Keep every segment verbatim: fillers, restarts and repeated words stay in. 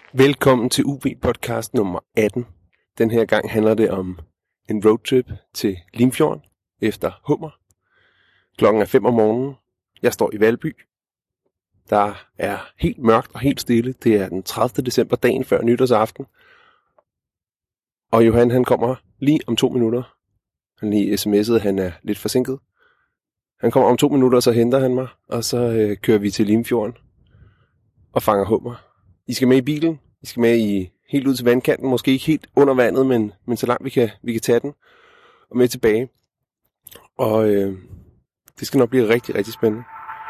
Velkommen til U B-podcast nummer atten. Den her gang handler det om en roadtrip til Limfjorden efter hummer. Klokken er fem om morgenen. Jeg står i Valby. Der er helt mørkt og helt stille. Det er den tredivte december, dagen før nytårsaften. Og Johan, han kommer lige om to minutter. Han lige sms'ede, han er lidt forsinket. Han kommer om to minutter, så henter han mig, og så øh, kører vi til Limfjorden og fanger hummer. I skal med i bilen. I skal med i helt ud til vandkanten. Måske ikke helt under vandet, men, men så langt vi kan, vi kan tage den. Og med tilbage. Og øh, det skal nok blive rigtig, rigtig spændende.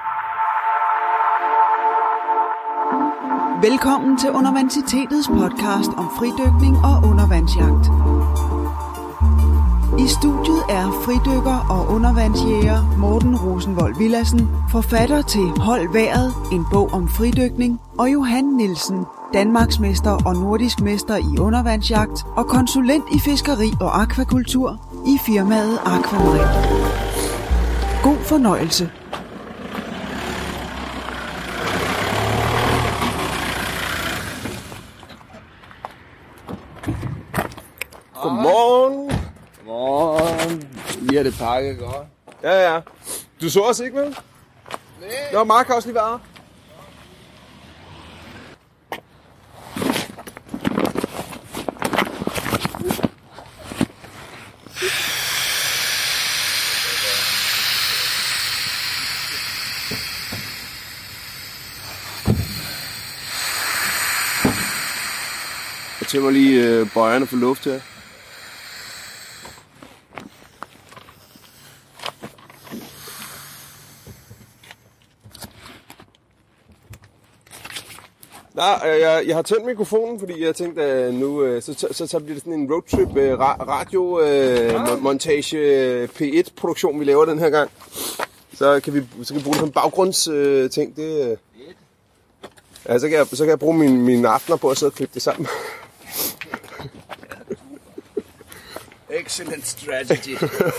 Velkommen til Undervandsitetets podcast om fridykning og undervandsjagt. I studiet er fridykker og undervandsjæger Morten Rosenvold Villadsen, forfatter til Hold Vejret, en bog om fridykning, og Johan Nielsen, Danmarksmester og nordisk mester i undervandsjagt og konsulent i fiskeri og akvakultur i firmaet Aquamarin. God fornøjelse. Godmorgen. Godmorgen. Lige er det pakket godt. Ja, ja. Du så os ikke, vel? Nej. Nå, Mark har også lige været. Jeg tømmer lige øh, bøjerne for luft her. Nej, jeg, jeg har tændt mikrofonen, fordi jeg tænkte, at nu så, så, så bliver det sådan en roadtrip radio øh, montage P et produktion, vi laver den her gang. Så kan vi så kan vi bruge det som baggrundsting. Det, ja, så kan jeg så kan jeg bruge mine mine aftener på at sidde og klippe det sammen. Excellent strategy.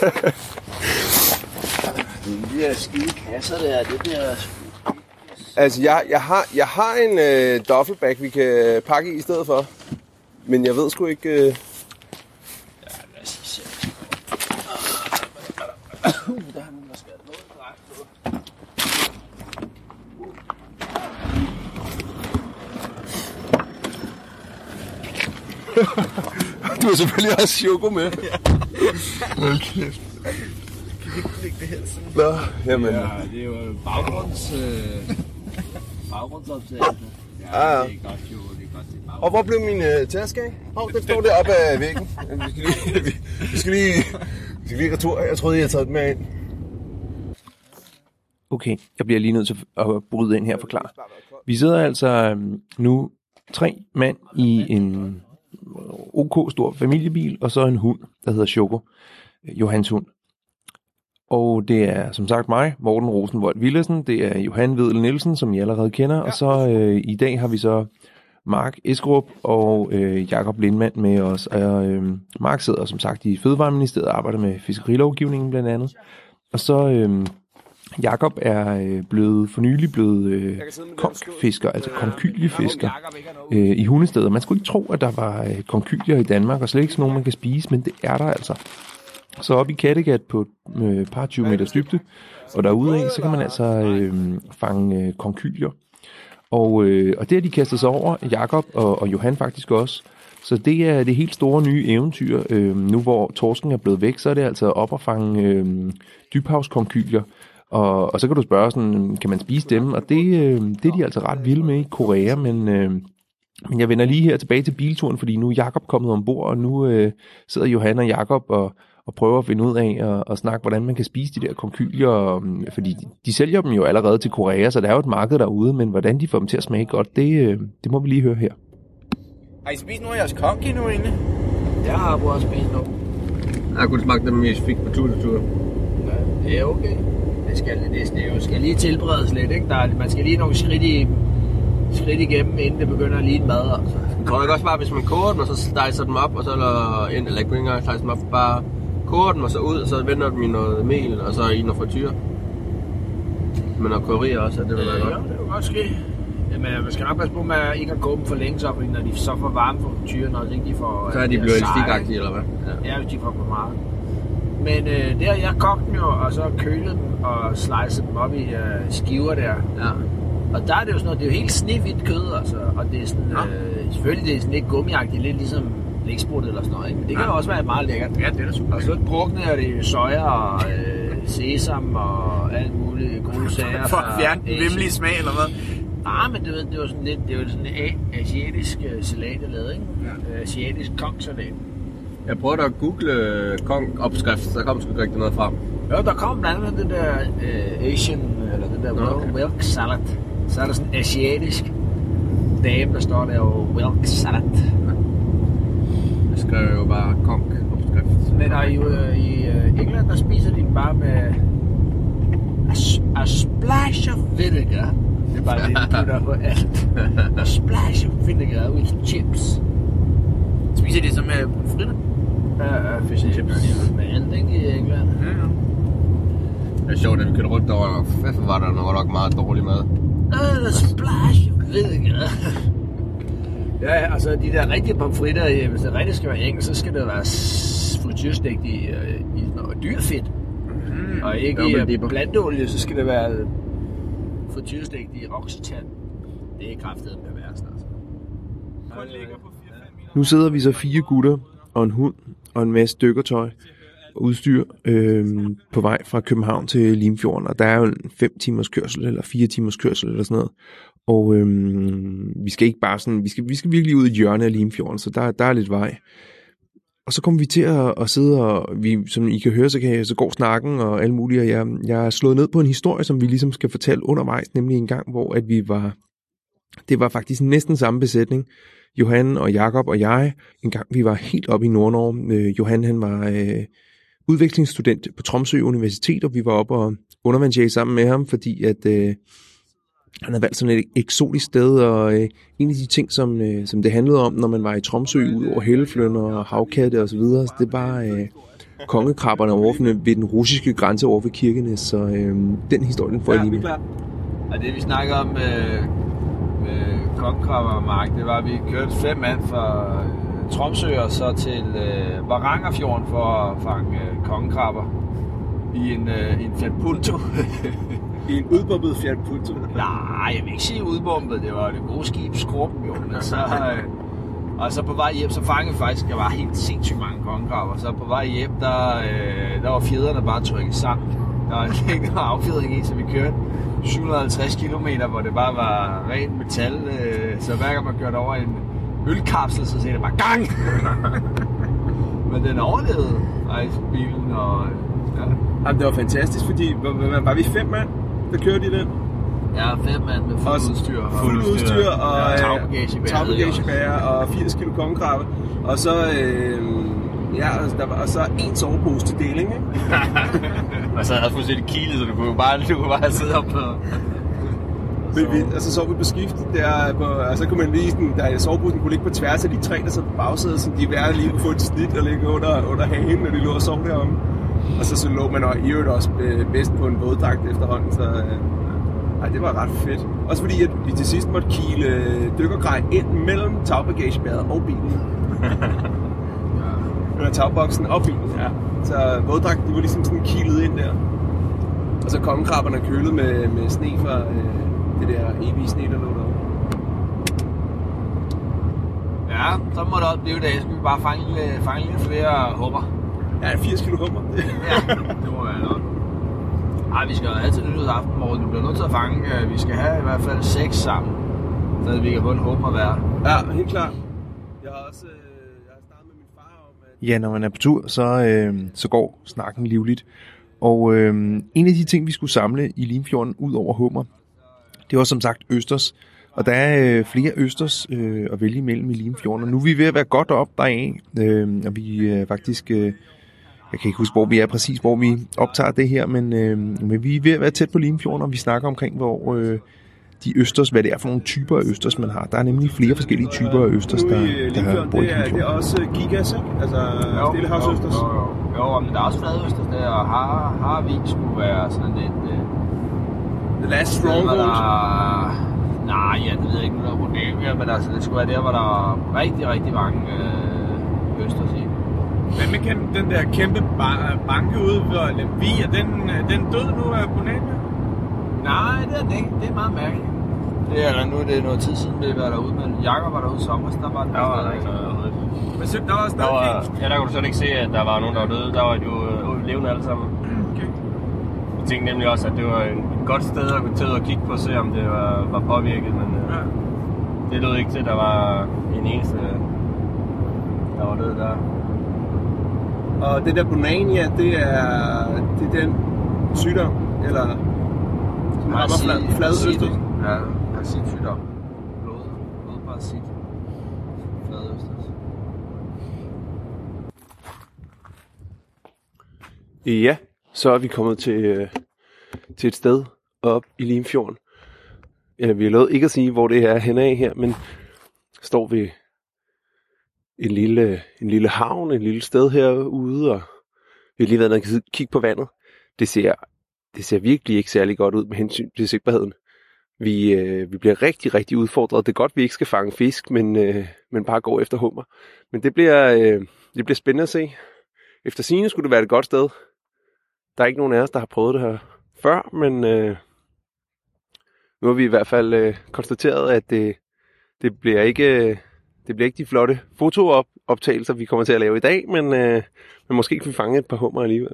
De der skide kasser der, det bliver... Altså, jeg, jeg, har, jeg har en øh, duffelbag, vi kan pakke i i stedet for. Men jeg ved sgu ikke... Øh... Ja, lad os se. Der er nogen, der skal have noget dragt på. Du har selvfølgelig også choko med. Hold kæft. Kan vi ikke lægge det her sådan? Nå, jamen... Ja, det er jo baggrunds... Øh... baggrundsoptagelse. Ja, Ja, ja. det er godt jo, det er godt det er Og hvor blev min øh, taske af? Hov, den står deroppe af væggen. Vi skal lige... Vi, vi skal lige... Vi skal lige retur. Jeg troede, jeg havde taget den med ind. Okay, jeg bliver lige nødt til at bryde ind her og forklare. Vi sidder altså nu tre mand i en OK stor familiebil, og så en hund, der hedder Choco, Johans hund. Og det er som sagt mig, Morten Rosenvold Villadsen, det er Johan Vedel Nielsen, som I allerede kender, ja. Og så øh, i dag har vi så Mark Eskerup og øh, Jakob Lindmann med os. Og, øh, Mark sidder som sagt i Fødevareministeriet og arbejder med fiskerilovgivningen blandt andet. Og så øh, Jakob er øh, blevet for nylig blevet øh, konkfisker, altså konkyliefisker øh, i Hundested. Man skulle ikke tro, at der var øh, konkylier i Danmark, og slet ikke sådan nogen, man kan spise, men det er der altså. Så op i Kattegat på et øh, par tyve meters dybde, og derude af, så kan man altså øh, fange øh, konkylier. Og, øh, og det har de kastet sig over, Jakob og, og Johan faktisk også. Så det er det helt store nye eventyr. Øh, nu hvor torsken er blevet væk, så er det altså op at fange øh, dybhavskonkylier. Og, og så kan du spørge, sådan, kan man spise dem? Og det, øh, det er de altså ret vilde med i Korea, men... Øh, Men jeg vender lige her tilbage til bilturen, fordi nu er Jakob kommet ombord, og nu øh, sidder Johan og Jakob og, og prøver at finde ud af at, at snakke, hvordan man kan spise de der konkylier. Fordi de, de sælger dem jo allerede til Korea, så der er jo et marked derude, men hvordan de får dem til at smage godt, det, øh, det må vi lige høre her. Har I spist nogle af jeres konky nu egentlig? Jeg har både spist nogle. Jeg kunne smage dem, hvis vi fik på tur til tur. Ja, det er okay. Det skal, det, det skal lige tilberedes lidt, ikke? Der er, man skal lige nogle skridt i... skridt igennem, inden det begynder at ligne mad. Altså. Jeg tror ikke også bare, hvis man koger dem, og så stejser dem op, og så eller, eller ikke engang stejser dem op, bare koger dem, og så ud, og så vender dem i noget mel, og så i noget frityre. Men noget krydderier også, det vil være godt. Ja, det vil godt ske. Jamen, man skal nok passe på med ikke at gå dem for længe, så, fordi når de så får varme for tyren, og ikke de får... Så er de blevet elastikagtige, eller hvad? Ja, hvis de får for meget. Men øh, der, jeg kogte dem jo, og så kølede dem og slicede dem op i øh, skiver der. Ja. Og der er det jo sådan noget, det er jo helt snehvidt kød, altså. Og det er sådan, øh, selvfølgelig det er sådan lidt gummiagtigt, lidt ligesom lægsprut eller sådan noget, ikke? Men det kan jo også være meget lækkert. Ja, det er da super. Og så drukner jeg det soja og øh, sesam og alt muligt gode sager. For at fjerne den vimmelige smag, eller hvad? Nej, men det, det var sådan lidt, det var sådan en asiatisk uh, salat, jeg lavede, ikke? Ja. Asiatisk kongsalat. Jeg prøvede at google kong-opskrift, så kom sgu ikke rigtig noget frem. Jo, der kom blandt andet den der uh, Asian, eller den der okay. Welk salad. Så er der sådan en asiatisk dame, der står der og Welk salad. Ja. Jeg skrev jo bare kong-opskrift. Men der, i, uh, i uh, England, der spiser de bare med a, a splash of vinegar. Det er bare det, de putter på alt. A splash of vinegar with chips. Spiser de så med pomfritter? Ja, uh, fish and chips. Med andet, ikke, i England. Ja, ja. Det er sjovt, at vi kørte rundt over, og hvorfor var der nok, nok meget dårlig mad? Uh, a splash of vinegar. Ja, altså de der rigtige pomfritter, hvis det rigtigt skal være engelsk, så skal det være frityrestegt i, i noget dyrfedt. Mm. Og ikke i planteolie, så skal det være frityrestegt i oksetand. Det er kraftedet med værst, altså. Nu sidder vi så fire gutter og en hund og en masse dykkertøj og udstyr øh, på vej fra København til Limfjorden. Og der er jo en fem timers kørsel eller fire timers kørsel eller sådan noget. Og øh, vi skal ikke bare sådan, vi skal, vi skal virkelig ud i hjørnet af Limfjorden, så der, der er lidt vej. Og så kommer vi til at, at sidde, og vi, som I kan høre, så, kan, så går snakken og alle mulige. Og jeg, jeg er slået ned på en historie, som vi ligesom skal fortælle undervejs, nemlig en gang, hvor at vi var, det var faktisk næsten samme besætning. Johan og Jakob og jeg, en gang vi var helt oppe i Nord-Norge. Øh, Johan han var øh, udvekslingsstudent på Tromsø Universitet, og vi var oppe og undervandsjage sammen med ham, fordi at øh, han havde valgt sådan et eksotisk sted, og øh, en af de ting, som, øh, som det handlede om, når man var i Tromsø, ud over helleflynder og havkatte og så videre, det var øh, kongekrabberne over ved den russiske grænse over ved Kirkenes, så øh, den historie, den får jeg lige med. Og det vi snakker om med, med kongekrabbermark, det var, at vi kørte fem mand fra Tromsø og så til øh, Varangerfjorden for at fange øh, kongekrabber i en, øh, en Fiat Punto. I en udbombet Fiat Punto? Nej, jeg vil ikke sige udbombet. Det var det gode skib Skrubben, jo. Men så, øh, og så på vej hjem, så fangede faktisk, jeg var helt sindssygt mange kongekrabber. Så på vej hjem, der, øh, der var fjederne bare trykket sammen. Der var en længere affjedring i, så vi kørte syv hundrede og halvtreds kilometer, hvor det bare var rent metal. Øh, så hver gang man kørte over en ølkapsel, så sagde det bare gang! Men den overlevede faktisk bilen, og ja. Jamen, det var fantastisk, fordi var, var vi fem mand, der kørte i den? Ja, fem mand med fuld udstyr. Fuld udstyr og ja, tagbagagebærer, tagbagagebærer og firs kilo kongekrabbe. Og så, øh, ja, der var, og så en sovepose til deling, ikke? Og så havde jeg fuldstændig kilet, så du kunne bare, du kunne bare sidde op på... Men vi, altså så vi på skift, der på, altså kunne man lige sådan, der soveposen kunne ligge på tværs af de tre, der sad på bagsædet, så de hver lige kunne få et snit og ligge under, under hagen, når de lå og sov deromme. Og så, så lå man og i øvrigt også bedst på en våddragt efterhånden, så ej, det var ret fedt. Også fordi, at vi til sidst måtte kile dykkergrej ind mellem tagbagagebæret og bilen. Eller tagboksen og bilen, ja. Så våddragten, de var ligesom sådan kilet ind der. Og så kongekrabberne kølet med, med sne fra øh, det der evige sne, der lå derovre. Ja, så må det også blive det. Så skal vi bare fange, fange lidt flere hummer. Ja, firs kilo hummer. Ja, det må være nok. Ej, vi skal jo altid nytårsaften, Morten. Vi bliver nødt til at fange. Vi skal have i hvert fald seks sammen, så vi kan få en hummer hver. Ja, helt klart. Jeg har også jeg har snakket med min far om, at... Ja, når man er på tur, så, øh, så går snakken livligt. Og øh, en af de ting, vi skulle samle i Limfjorden ud over hummer, det var som sagt østers. Og der er øh, flere østers øh, at vælge imellem i Limfjorden. Og nu er vi ved at være godt op deraf. Øh, og vi er øh, faktisk... Øh, jeg kan ikke huske, hvor vi er præcis, hvor vi optager det her, men, øh, men vi er ved at være tæt på Limfjorden, og vi snakker omkring, hvor øh, de østers, hvad det er for nogle typer af østers, man har. Der er nemlig flere forskellige typer af østers, der, der har bor i Limfjorden. Det er også gigas, ikke? Altså stillehavsøsters. Jo, jo, jo. jo, men der er også fladøsters der, og har, har vin skulle være sådan lidt... Øh, The last stronghold. Der, Nej, ja, det ved jeg ikke, nu der er Rhodesia, men altså, det skulle være der, hvor der er rigtig, rigtig mange øh, østers i. Hvad med den der kæmpe banke ude ved Lemvig? Er den, den død nu af Bonavia? Nej, det er det ikke. Det er meget mærkeligt. Det er, nu det er noget tid siden, vi var derude, men Jakob var derude i sommer, så der var det der var der ikke noget overhovedet. Men så der var stadig der var, ja, der kunne du sådan ikke se, at der var nogen, der var døde. Der var jo øh, levende alle sammen. Okay. Jeg tænkte nemlig også, at det var et godt sted at gå til og kigge på og se, om det var, var påvirket, men øh, ja. Det lød ikke til, at der var en eneste, der var død der. Og det der Bonania, det er, det er den sygdom, eller som rammer flad, flad østers? Ja, parasitsygdom. Blod, blodparasit. Flad østers. Ja, så er vi kommet til, øh, til et sted op i Limfjorden. Ja, vi har lovet ikke at sige, hvor det er henne af her, men står ved en lille, en lille havn, et lille sted herude, og vi har lige været nede og kigge på vandet. Det ser, det ser virkelig ikke særlig godt ud med hensyn til sigtbarheden. Vi, øh, vi bliver rigtig, rigtig udfordret. Det er godt, vi ikke skal fange fisk, men, øh, men bare gå efter hummer. Men det bliver, øh, det bliver spændende at se. Efter sigende skulle det være et godt sted. Der er ikke nogen af os, der har prøvet det her før, men øh, nu har vi i hvert fald øh, konstateret, at det, det bliver ikke... Øh, Det bliver ikke de flotte fotooptagelser, vi kommer til at lave i dag, men, øh, men måske kan vi fange et par hummer alligevel.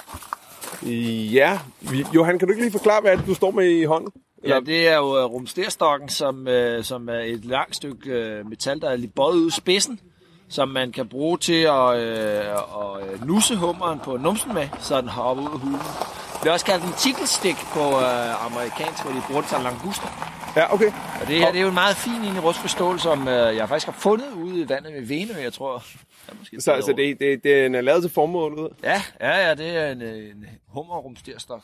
Ja, vi, Johan, kan du ikke lige forklare, hvad det, du står med i hånden? Eller? Ja, det er jo uh, rumsterstokken, som, uh, som er et langt stykke uh, metal, der er lidt bøjet ud i spidsen, som man kan bruge til at, uh, at nusse hummeren på numsen med, så den hopper ud af hulen. Det er også kaldt en tickle-stick på uh, amerikansk, hvor de bruger det til languster. Ja, okay. Og det her, det er jo en meget fin egentlig rustforståel, som uh, jeg faktisk har fundet ude i vandet ved Venø, jeg tror. Jeg måske så altså, det, det, det er lavet til formålet? Ja, ja, ja, det er en, en hummerrumsterstok.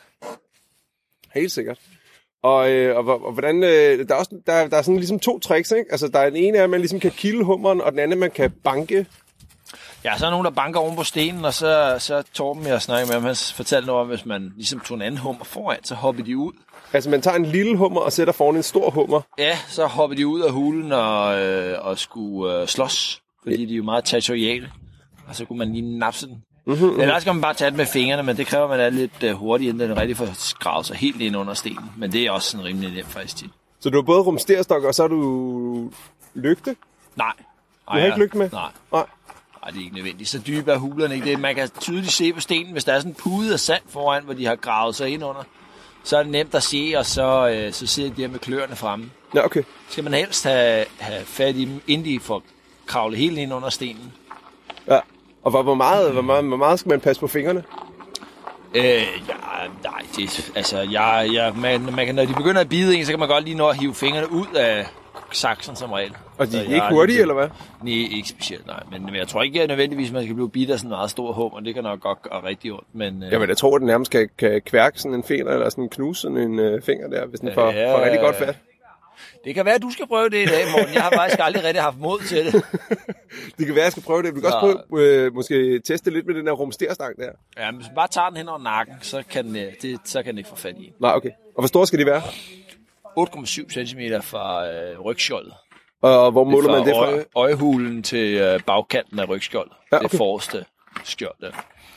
Helt sikkert. Og, øh, og, og hvordan, øh, der, er også, der, der er sådan ligesom to tricks, ikke? Altså, der er den ene er, at man ligesom kan kilde hummeren, og den anden, man kan banke. Ja, så er nogen, der banker oven på stenen, og så, så Torben, jeg snakker med ham, han fortalte noget om, hvis man ligesom tog en anden hummer foran, så hopper de ud. Altså, man tager en lille hummer og sætter foran en stor hummer? Ja, så hopper de ud af hulen og, øh, og skulle øh, slås, fordi ja. De er jo meget territoriale, og så kunne man lige napse den. Mm-hmm. Ellers skal man bare tage det med fingrene, men det kræver, at man er lidt uh, hurtigt, inden den rigtig får gravet sig helt ind under stenen. Men det er også sådan rimelig nemt faktisk tit. Så du har både rumsterstok, og så har du lygte? Nej. Du har ikke lygte med? Nej. Nej. Nej, det er ikke nødvendigt. Så dybe er hulerne ikke det. Man kan tydeligt se på stenen, hvis der er sådan en pude af sand foran, hvor de har gravet sig ind under. Så er det nemt at se, og så, øh, så sidder de der med kløerne fremme. Ja, okay. Så skal man helst have, have fat i dem, inden de får kravlet helt ind under stenen. Ja. Og hvor, hvor, meget, hvor, meget, hvor meget skal man passe på fingrene? Øh, ja, nej, det, altså, jeg, jeg, man, man kan, når de begynder at bide en, så kan man godt lige nå at hive fingrene ud af saksen som regel. Og de er ikke hurtige, eller hvad? Nej, ikke specielt, nej. Men, men jeg tror ikke, at nødvendigvis, man skal blive bidt af sådan en meget stor hummer. Det kan nok godt gøre rigtig ondt. Men, øh... Jamen, jeg tror, at den nærmest kan, kan kværke sådan en finger, eller sådan knuse sådan en øh, finger der, hvis den får, ja, får rigtig godt fat. Det kan være, at du skal prøve det i dag, Morten. Jeg har faktisk aldrig rigtig haft mod til det. Det kan være, at jeg skal prøve det. Du kan så... også prøve, øh, måske teste lidt med den der rumsterstang der. Ja, men hvis man bare tager den hen over nakken, så kan den, det, så kan den ikke få fat i. Nej, okay. Og hvor store skal de være? otte komma syv centimeter fra øh, rygskjoldet. Og hvor måler man det fra? Øje, øjehulen til øh, bagkanten af rygskjoldet. Ja, okay. Det forreste skjold der.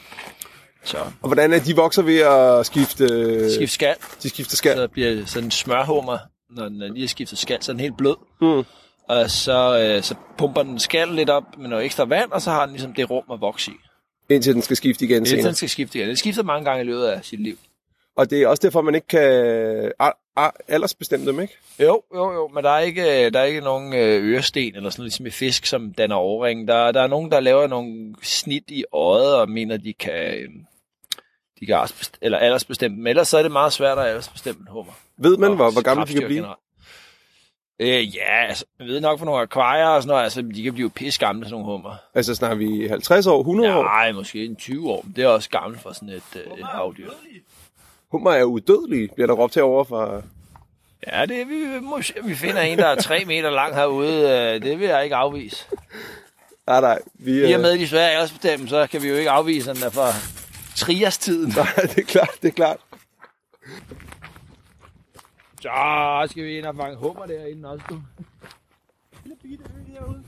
Så. Og hvordan er de vokser ved at skifte... Skifte skal. De skifter skal. Så bliver sådan en smørhummer, når den lige har skiftet skal, så er den helt blød. Mm. Og så, øh, så pumper den skal lidt op med noget ekstra vand, og så har den ligesom det rum at vokse i. Indtil den skal skifte igen senere? Indtil den skal skifte igen. Den skifter mange gange i løbet af sit liv. Og det er også derfor, man ikke kan aldersbestemme dem, ikke? Jo, jo, jo, men der er ikke, der er ikke nogen øresten eller sådan noget, ligesom i fisk, som danner overring. Der, der er nogen, der laver nogle snit i øjet og mener, de kan, de kan eller aldersbestemme dem. Ellers så er det meget svært at aldersbestemme en hummer. Ved man, hvor, hvor gammel de kan blive? Øh, ja, altså, jeg ved nok for nogle akvarier og sådan noget, altså, de kan blive pisse gamle, sådan nogle hummer. Altså snakker vi halvtreds år, hundrede år? Nej, måske en tyve år, men det er også gammelt for sådan et, et havdyr. Hummer er udødelige, bliver der råbt herovre fra... Ja, det er vi. Måske, vi finder en, der er tre meter lang herude. Det vil jeg ikke afvise. Nej, nej. Vi, I og med de svære aldersbestemme, så kan vi jo ikke afvise den der fra Trias-tiden. Nej, det er klart, det er klart. Så skal vi ind og fange hummer derinde også, du. Lille bitte ø derude.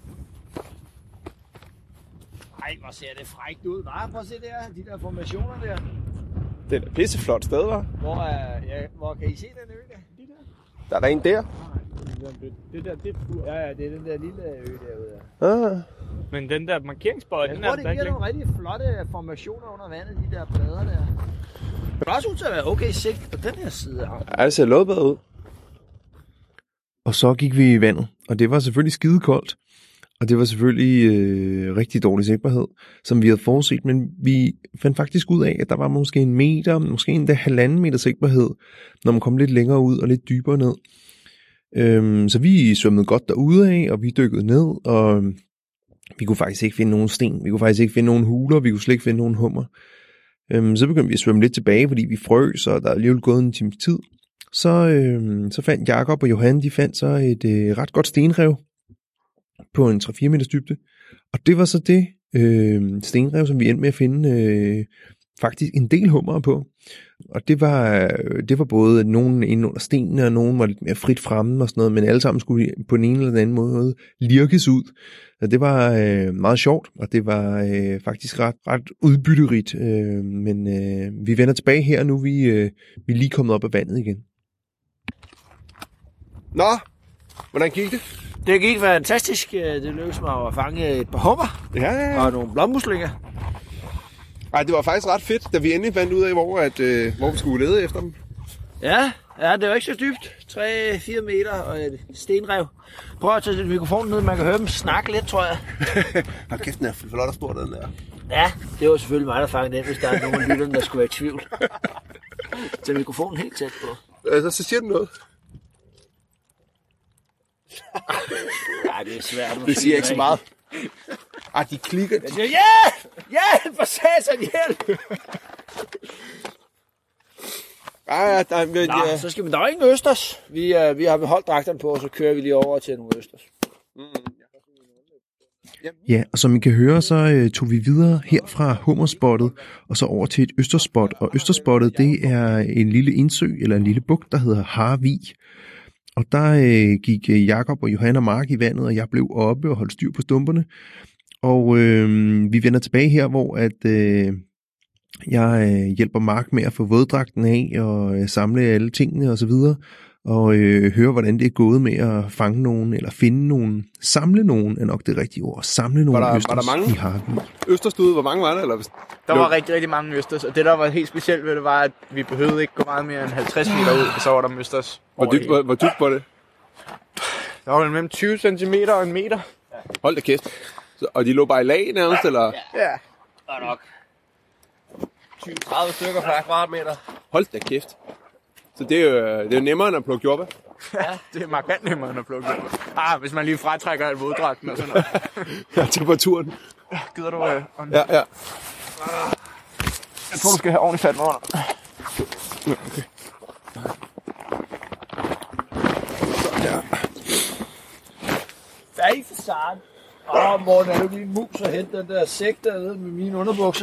Ej, hvor ser det frækt ud, hva'? Prøv at se der, de der formationer der. Det er et pisseflot sted, hva'? Hvor, er, ja, hvor kan I se den ø der? De der? Der er der en der. Det der, det er Ja, ja, det er den der lille ø derude. Ah. Men den der markeringsbøj, Jeg den tror, er det der giver ikke. nogle rigtig flotte formationer under vandet, de der plader der. Det er også ud til at være okay sigt på den her side. Ja, det ser noget bedre ud. Og så gik vi i vandet, og det var selvfølgelig skide koldt. Og det var selvfølgelig øh, rigtig dårlig sigtbarhed, som vi havde forudset, men vi fandt faktisk ud af, at der var måske en meter, måske endda halvanden meter sigtbarhed, når man kom lidt længere ud og lidt dybere ned. Øhm, så vi svømmede godt derude af, og vi dykkede ned, og vi kunne faktisk ikke finde nogen sten, vi kunne faktisk ikke finde nogen huler, vi kunne slet ikke finde nogen hummer. Øhm, så begyndte vi at svømme lidt tilbage, fordi vi frøs, og der er alligevel gået en times tid. Så, øhm, så fandt Jakob og Johan, de fandt så et øh, ret godt stenrev, på en tre til fire meters dybde. Og det var så det øh, stenrev, som vi endte med at finde øh, faktisk en del hummer på. Og det var, det var både nogen inde under stenene, og nogen var lidt mere frit fremme og sådan noget, men alle sammen skulle på en eller anden måde lirkes ud. Og det var øh, meget sjovt, og det var øh, faktisk ret, ret udbytterigt. Øh, men øh, vi vender tilbage her nu, vi, øh, vi er lige kommet op af vandet igen. Nå, hvordan gik det? Det gik fantastisk. Det lykkedes mig at fange et par hummer Ja, ja, ja. og nogle blommuslinger. Ej, det var faktisk ret fedt, da vi endelig fandt ud af, hvor, at, øh, hvor vi skulle lede efter dem. Ja, ja, det var ikke så dybt. tre til fire meter og et stenrev. Prøv at tage mikrofonen ned, man kan høre dem snakke lidt, tror jeg. Hold kæft, den er flot og stor, den der. Ja, det var selvfølgelig mig, der fangede den, hvis der er nogen af lytterne, der skulle være i tvivl. Tag mikrofonen helt tæt på. Altså, så siger den noget. Ja, det er svært. Det siger ikke så meget. Ej, de klikker. Jeg siger, ja! Ja! For satan, hjælp! Ej, der, men, Nå, ja. så skal vi... Der er ingen østers. Vi, uh, vi har beholdt dragterne på, og så kører vi lige over til nogle østers. Ja, og som I kan høre, så øh, tog vi videre her fra hummerspottet, og så over til et østerspot. Og østerspottet, det er en lille indsø, eller en lille bugt, der hedder Harvig. Og der øh, gik Jakob og Johan og Mark i vandet, og jeg blev oppe og holdt styr på stumperne. Og øh, vi vender tilbage her, hvor at, øh, jeg øh, hjælper Mark med at få våddragten af, og øh, samle alle tingene osv., og øh, høre, hvordan det er gået med at fange nogen, eller finde nogen, samle nogen, er nok det rigtige ord, samle nogen Var der- østers var der mange? i Harvig. Østerstude, hvor mange var der? Eller? Der var rigtig, rigtig mange østers, og det der var helt specielt ved det var, at vi behøvede ikke gå meget mere end halvtreds meter ud, og så var der østers. Hvor dybt, hvor, hvor dybt var det? Der var mellem tyve centimeter og en meter. Hold da kæft. Så, og de lå bare i lag nærmest, eller? Ja. Og nok. tyve til tredive stykker per kvadratmeter. Hold da kæft. Så det er jo, det er jo nemmere end at plukke jordbær. Ja, det er markant nemmere end at plukke. Ah, hvis man lige fratrækker et våddragten og sådan noget. Ja, temperaturen. Gider du? Øh, Ja, ja. jeg tror, du skal have ordentligt fat med under. Okay. Fej for satan. Åh, oh, Morten, er du lige en mus og hente den der sæk dernede med mine underbukser?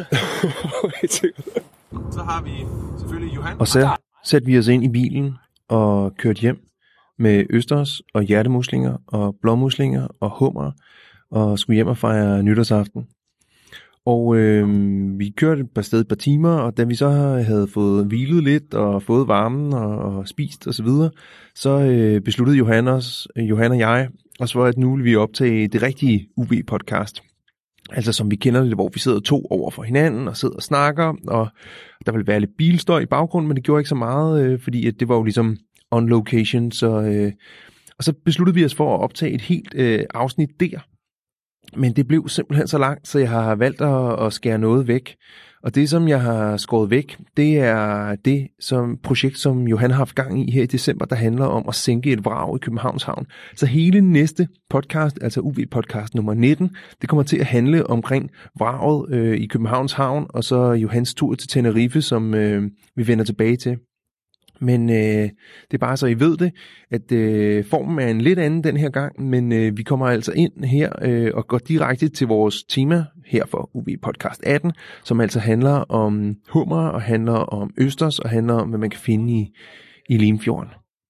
Så har vi selvfølgelig Johan. Og så satte vi os ind i bilen og kørte hjem med østers og hjertemuslinger og blåmuslinger og hummer og skulle hjem og fejre nytårsaften. Og øh, vi kørte et par sted et par timer, og da vi så havde fået hvilet lidt og fået varmen og, og spist og så videre, så øh, besluttede Johan, os, Johan og jeg os for, at nu ville vi optage det rigtige U V-podcast. Altså som vi kender det, hvor vi sidder to over for hinanden og sidder og snakker, og der ville være lidt bilstøj i baggrunden, men det gjorde ikke så meget, øh, fordi at det var jo ligesom on location. Så, øh, og så besluttede vi os for at optage et helt øh, afsnit der. Men det blev simpelthen så langt, så jeg har valgt at, at skære noget væk. Og det, som jeg har skåret væk, det er det som projekt, som Johan har haft gang i her i december, der handler om at sænke et vrag i Københavns Havn. Så hele næste podcast, altså U V-podcast nummer nitten, det kommer til at handle omkring vraget øh, i Københavns Havn, og så Johans tur til Tenerife, som øh, vi vender tilbage til. Men øh, det er bare så I ved det, at øh, formen er en lidt anden den her gang, men øh, vi kommer altså ind her øh, og går direkte til vores tema her for U V Podcast atten, som altså handler om hummer og handler om østers og handler om, hvad man kan finde i, i Limfjorden.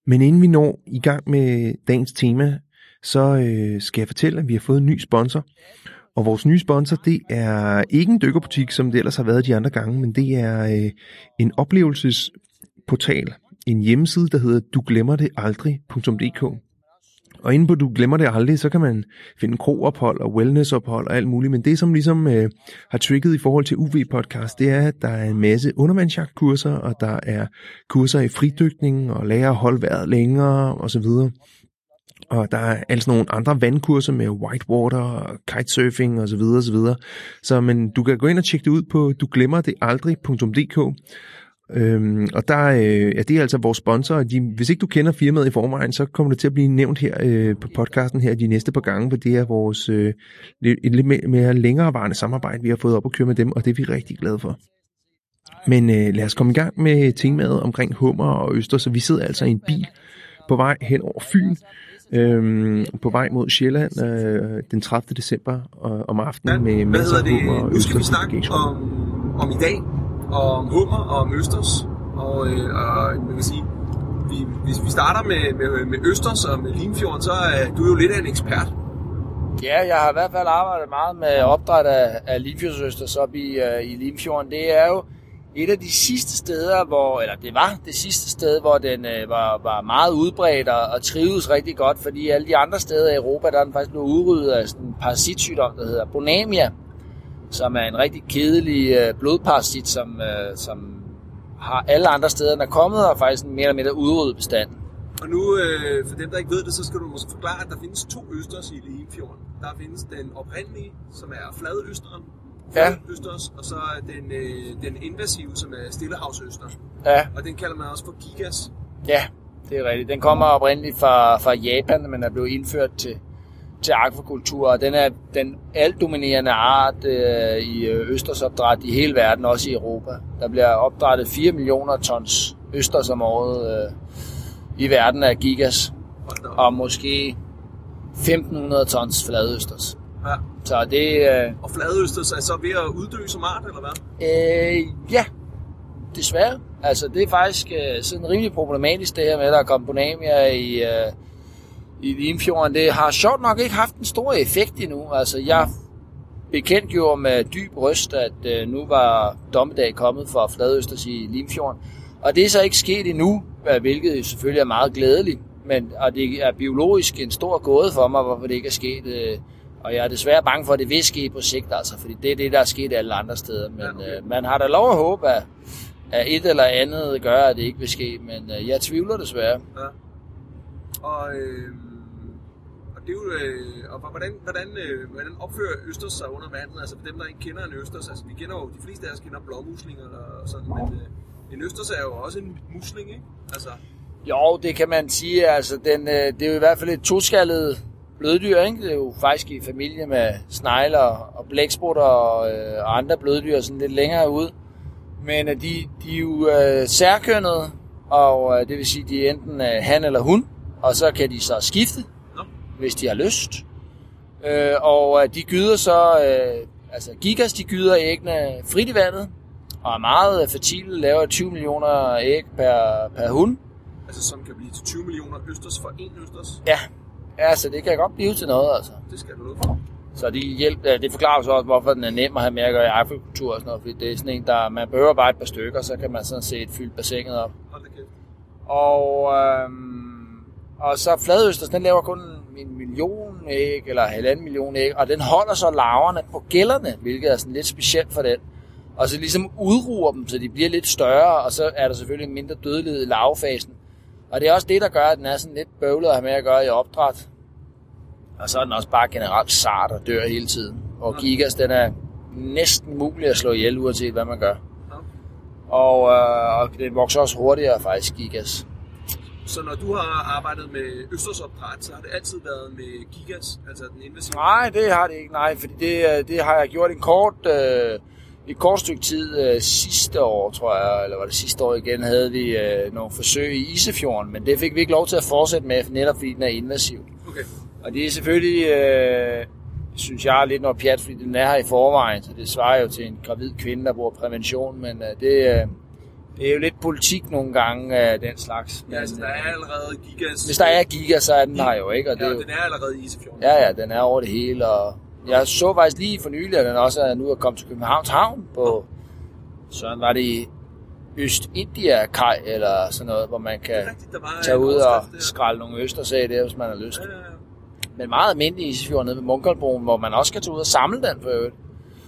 Men inden vi når i gang med dagens tema, så øh, skal jeg fortælle, at vi har fået en ny sponsor. Og vores nye sponsor, det er ikke en dykkerbutik, som det ellers har været de andre gange, men det er øh, en oplevelsesportal, en hjemmeside, der hedder du glemmer det aldrig punktum d k. Og inde på Du Glemmer Det Aldrig, så kan man finde kroophold og wellnessophold og alt muligt. Men det, som ligesom øh, har trigget i forhold til U V-podcast, det er, at der er en masse undervandsjagtkurser, og der er kurser i fridykning og lære at holde vejret længere osv. Og der er altså nogle andre vandkurser med whitewater og kitesurfing osv. osv. Så men du kan gå ind og tjekke det ud på du glemmer det aldrig punktum d k. Øhm, og der øh, ja, det er altså vores sponsor, og de, hvis ikke du kender firmaet i forvejen, så kommer det til at blive nævnt her øh, på podcasten her de næste par gange, for det er vores øh, et lidt mere, mere længerevarende samarbejde, vi har fået op at køre med dem, og det er vi rigtig glade for. Men øh, lad os komme i gang med temaet omkring hummer og øster, så vi sidder altså i en bil på vej hen over Fyn, øh, på vej mod Sjælland øh, den tredivte december og, om aftenen ja, med masser af hummer og østers. Nu skal vi snakke om, om i dag, og om hummer og om østers, og, øh, og man kan sige, vi, hvis vi starter med, med, med østers og med Limfjorden, så er du jo lidt af en ekspert. Ja, jeg har i hvert fald arbejdet meget med opdræt af, af limfjordsøsters op i, uh, i Limfjorden. Det er jo et af de sidste steder, hvor, eller det var det sidste sted, hvor den uh, var, var meget udbredt og, og trives rigtig godt, fordi alle de andre steder i Europa, der er den faktisk blevet udryddet af sådan en parasitsygdom, der hedder Bonamia, som er en rigtig kedelig øh, blodparasit, som, øh, som har alle andre steder, der er kommet, og faktisk en mere eller mindre udryddet bestand. Og nu, øh, for dem, der ikke ved det, så skal du måske forklare, at der findes to østers i Limfjorden. Der findes den oprindelige, som er fladøsteren, fladøsters, ja. Og så den, øh, den invasive, som er stillehavsøster. Ja. Og den kalder man også for gigas. Ja, det er rigtigt. Den kommer oprindeligt fra, fra Japan, men er blevet indført til til akvakultur, og den er den altdominerende art øh, i østersopdræt i hele verden, også i Europa. Der bliver opdrættet fire millioner tons østers om året øh, i verden af gigas, og måske femten hundrede tons fladøsters. Ja. Så det, øh, og fladøsters er så ved at uddø som art, eller hvad? Øh, ja, desværre. Altså, det er faktisk øh, sådan rimelig problematisk, det her med, at der er kommet Bonamia i... Øh, i Limfjorden. Det har sjovt nok ikke haft en stor effekt endnu. Altså, jeg bekendtgjorde med dyb røst, at øh, nu var dommedag kommet for fladøsters i Limfjorden. Og det er så ikke sket endnu, hvilket selvfølgelig er meget glædeligt. Men, og det er biologisk en stor gåde for mig, hvorfor det ikke er sket. Øh, og jeg er desværre bange for, at det vil ske på sigt, altså, fordi det er det, der er sket alle andre steder. Men øh, man har da lov at håbe, at, at et eller andet gør, at det ikke vil ske. Men øh, jeg tvivler desværre. Ja. Og... Øh... Det er jo, øh, og hvordan, hvordan, øh, hvordan opfører østers sig under vandet? Altså for dem, der ikke kender en østers, altså vi kender jo, de fleste af os kender blåmuslinger og sådan, men øh, en østers er jo også en musling, ikke? Altså... Jo, det kan man sige, altså den, øh, det er jo i hvert fald et toskaldet bløddyr, ikke? Det er jo faktisk i familie med snegler og blæksprutter og, øh, og andre bløddyr sådan lidt længere ude. Men øh, de, de er jo øh, særkønnede, og øh, det vil sige, de er enten øh, han eller hun, og så kan de så skifte, hvis de har lyst. Øh, og de gyder så, øh, altså gigas, de gyder æggene frit i vandet, og er meget fertile, laver tyve millioner æg per, per hund. Altså som kan blive til tyve millioner østers for én østers? Ja, altså det kan godt blive til noget, altså. Det skal du love for. Så de hjælper, det forklarer så også, hvorfor den er nem at have med at gøre i akvakultur og sådan noget, fordi det er sådan en, der, man behøver bare et par stykker, så kan man sådan set fylde bassinet op. Hold da kæft. Og, øhm, og så fladøsters, den laver kun en million æg, eller halvanden million æg, og den holder så larverne på gællerne, hvilket er sådan lidt specielt for den. Og så ligesom udruer dem, så de bliver lidt større, og så er der selvfølgelig en mindre dødelighed i larvefasen. Og det er også det, der gør, at den er sådan lidt bøvlet at have med at gøre i opdræt. Og så er den også bare generelt sart og dør hele tiden. Og gigas, den er næsten mulig at slå ihjel, uanset hvad man gør. Og, øh, og den vokser også hurtigere faktisk, gigas. Så når du har arbejdet med østersopdræt, så har det altid været med gigas, altså den invasive? Nej, det har det ikke, nej, fordi det, det har jeg gjort en kort, øh, et kort stykke tid øh, sidste år, tror jeg, eller var det sidste år igen, havde vi øh, nogle forsøg i Isefjorden, men det fik vi ikke lov til at fortsætte med, netop fordi den er invasiv. Okay. Og det er selvfølgelig, øh, synes jeg, lidt noget pjat, fordi den er her i forvejen, så det svarer jo til en gravid kvinde, der bruger prævention, men øh, det, øh, Det er jo lidt politik nogle gange af den slags. Ja, altså der er allerede gigas... Hvis der er giga, så er den her jo, ikke? Og det ja, er jo, den er allerede i Isefjorden. Ja, ja, den er over det hele, og jeg så faktisk lige for nylig, at den også er nu er kommet til Københavns Havn på, så var det i Øst-India-kaj eller sådan noget, hvor man kan rigtigt, tage ud og skralde nogle østers af der, hvis man har lyst. Ja, ja, ja. Men meget almindelig i Isefjorden nede ved Munkholmbroen, hvor man også kan tage ud og samle den for øvrigt.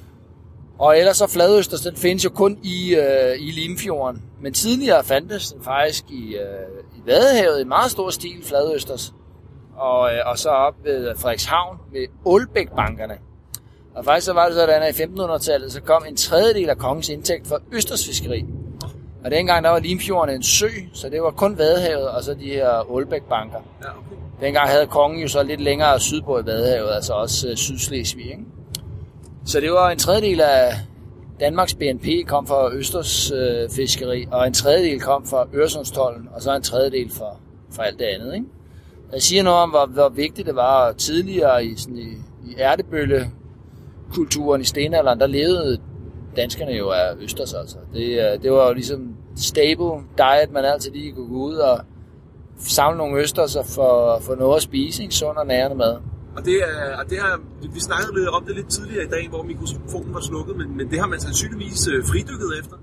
Og ellers så fladøsters, den findes jo kun i, øh, i Limfjorden. Men tidligere fandtes den faktisk i, øh, i Vadehavet i meget stor stil, fladøsters. Og, øh, og så op ved Frederikshavn ved Ålbækbankerne. Og faktisk så var det sådan, at i femtenhundredetallet så kom en tredjedel af kongens indtægt fra østersfiskeri. Og dengang der var Limfjorden en sø, så det var kun Vadehavet og så de her Ålbækbanker. Ja, okay. Dengang havde kongen jo så lidt længere sydpå i Vadehavet, altså også øh, Sydslesvig, ikke? Så det var en tredjedel af Danmarks B N P kom fra Østers øh, fiskeri, og en tredjedel kom fra Øresundstolden, og så en tredjedel fra, fra alt det andet, ikke? Jeg siger noget om, hvor, hvor vigtigt det var tidligere i, sådan i, i ærtebøllekulturen i stenalderen, der levede danskerne jo af østers, altså. Det, det var jo ligesom stable diet, man altid lige kunne gå ud og samle nogle østers og få, få noget at spise, ikke? Sund og nærende mad. Og det er, og det er, vi snakkede lidt om det lidt tidligere i dag, hvor mikrofonen var slukket, men, men det har man sandsynligvis fridykket efter.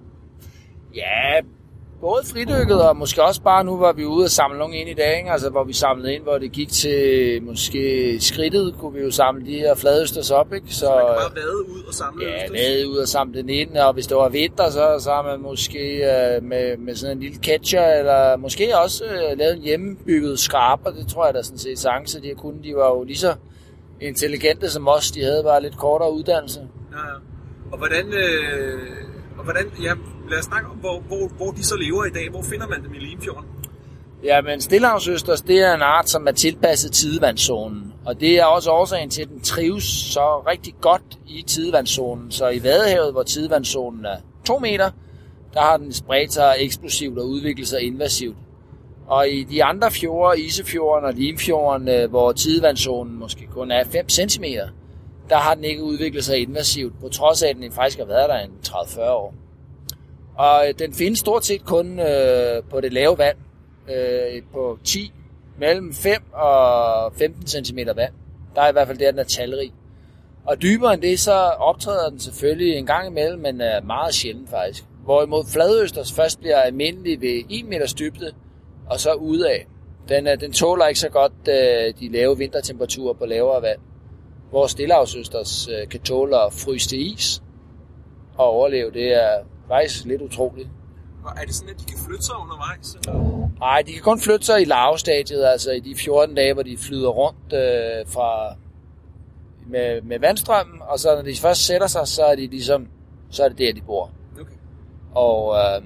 Ja, både fridykket og måske også bare nu, var vi ude og samle nogle ind i dag, ikke? Altså hvor vi samlede ind, hvor det gik til måske skridtet, kunne vi jo samle de her fladøsters op, ikke? Så, så man kan bare vade ud og samle ja, østers? Ja, vade ud og samle den ind, og hvis det var vinter, så, så har man måske uh, med, med sådan en lille catcher, eller måske også uh, lavet en hjemmebygget skraber, det tror jeg da sådan set chance, de kunne, de var jo lige så intelligente som os, de havde bare lidt kortere uddannelse. Ja, ja. Og hvordan, øh, og hvordan ja, lad os snakke om, hvor, hvor, hvor de så lever i dag. Hvor finder man dem i Limfjorden? Ja, men stillehavsøsters, det er en art, som er tilpasset tidevandszonen. Og det er også årsagen til, at den trives så rigtig godt i tidevandszonen. Så i Vadehavet, hvor tidevandszonen er to meter, der har den spredt sig eksplosivt og udviklet sig invasivt. Og i de andre fjorde, Isefjorden og Limfjorden, hvor tidevandszonen måske kun er fem centimeter, der har den ikke udviklet sig invasivt, på trods af, at den faktisk har været der en tredive til fyrre år. Og den findes stort set kun øh, på det lave vand, øh, på ti, mellem fem og femten centimeter vand. Der er i hvert fald der, den er talrig. Og dybere end det, så optræder den selvfølgelig en gang imellem, men er meget sjældent faktisk. Hvorimod fladøsters først bliver almindelig ved en meters dybde, og så udad. Den, den tåler ikke så godt øh, de lave vintertemperaturer på lavere vand, hvor stillehavsøsters øh, kan tåle at fryse til is og overleve. Det er faktisk lidt utroligt. Og er det sådan, at de kan flytte sig undervejs? Nej, de kan kun flytte sig i larvestadiet, altså i de fjorten dage, hvor de flyder rundt øh, fra med, med vandstrømmen, og så når de først sætter sig, så er de ligesom, så er det der, de bor. Okay. Og øh,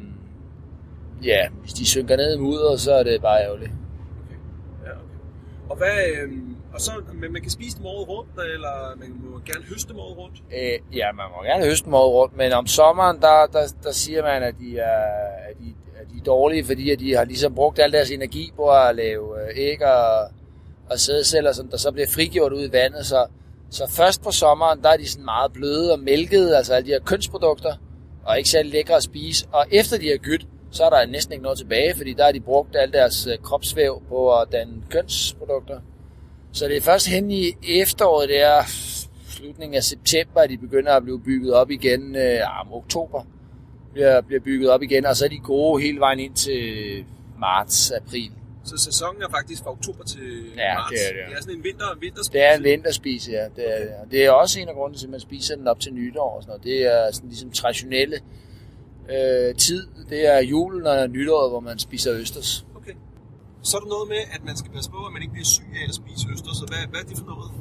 ja, hvis de synker ned i mudder, så er det bare ærgerligt. Okay. Ja, okay. Og hvad, øh, og så, man, man kan spise dem året rundt, eller man må gerne høste dem året rundt? Øh, ja, man må gerne høste dem året rundt, men om sommeren, der, der, der siger man, at de er, at de, at de er dårlige, fordi at de har ligesom brugt al deres energi på at lave æg og, og sædceller, som der så bliver frigjort ud i vandet. Så, så først på sommeren, der er de sådan meget bløde og mælkede, altså alle de her kønsprodukter, og ikke særlig lækre at spise. Og efter de har gydt, så er der næsten ikke noget tilbage, fordi der har de brugt al deres kropsvæv på at danne kønsprodukter. Så det er først hen i efteråret, det er slutningen af september, at de begynder at blive bygget op igen, ja, om oktober bliver, bliver bygget op igen, og så er de gode hele vejen ind til marts, april. Så sæsonen er faktisk fra oktober til ja, marts? Det er, det. Det er sådan en vinter, vinterspise? Det er en vinterspise, ja. Det er, okay. Det er også en af grunden til, at man spiser den op til nytår og sådan noget. Det er sådan ligesom traditionelle øh, tid. Det er julen og nytåret, hvor man spiser østers. Okay. Så er der noget med, at man skal passe på, at man ikke bliver syg af at spise østers. Så hvad, hvad er det for noget?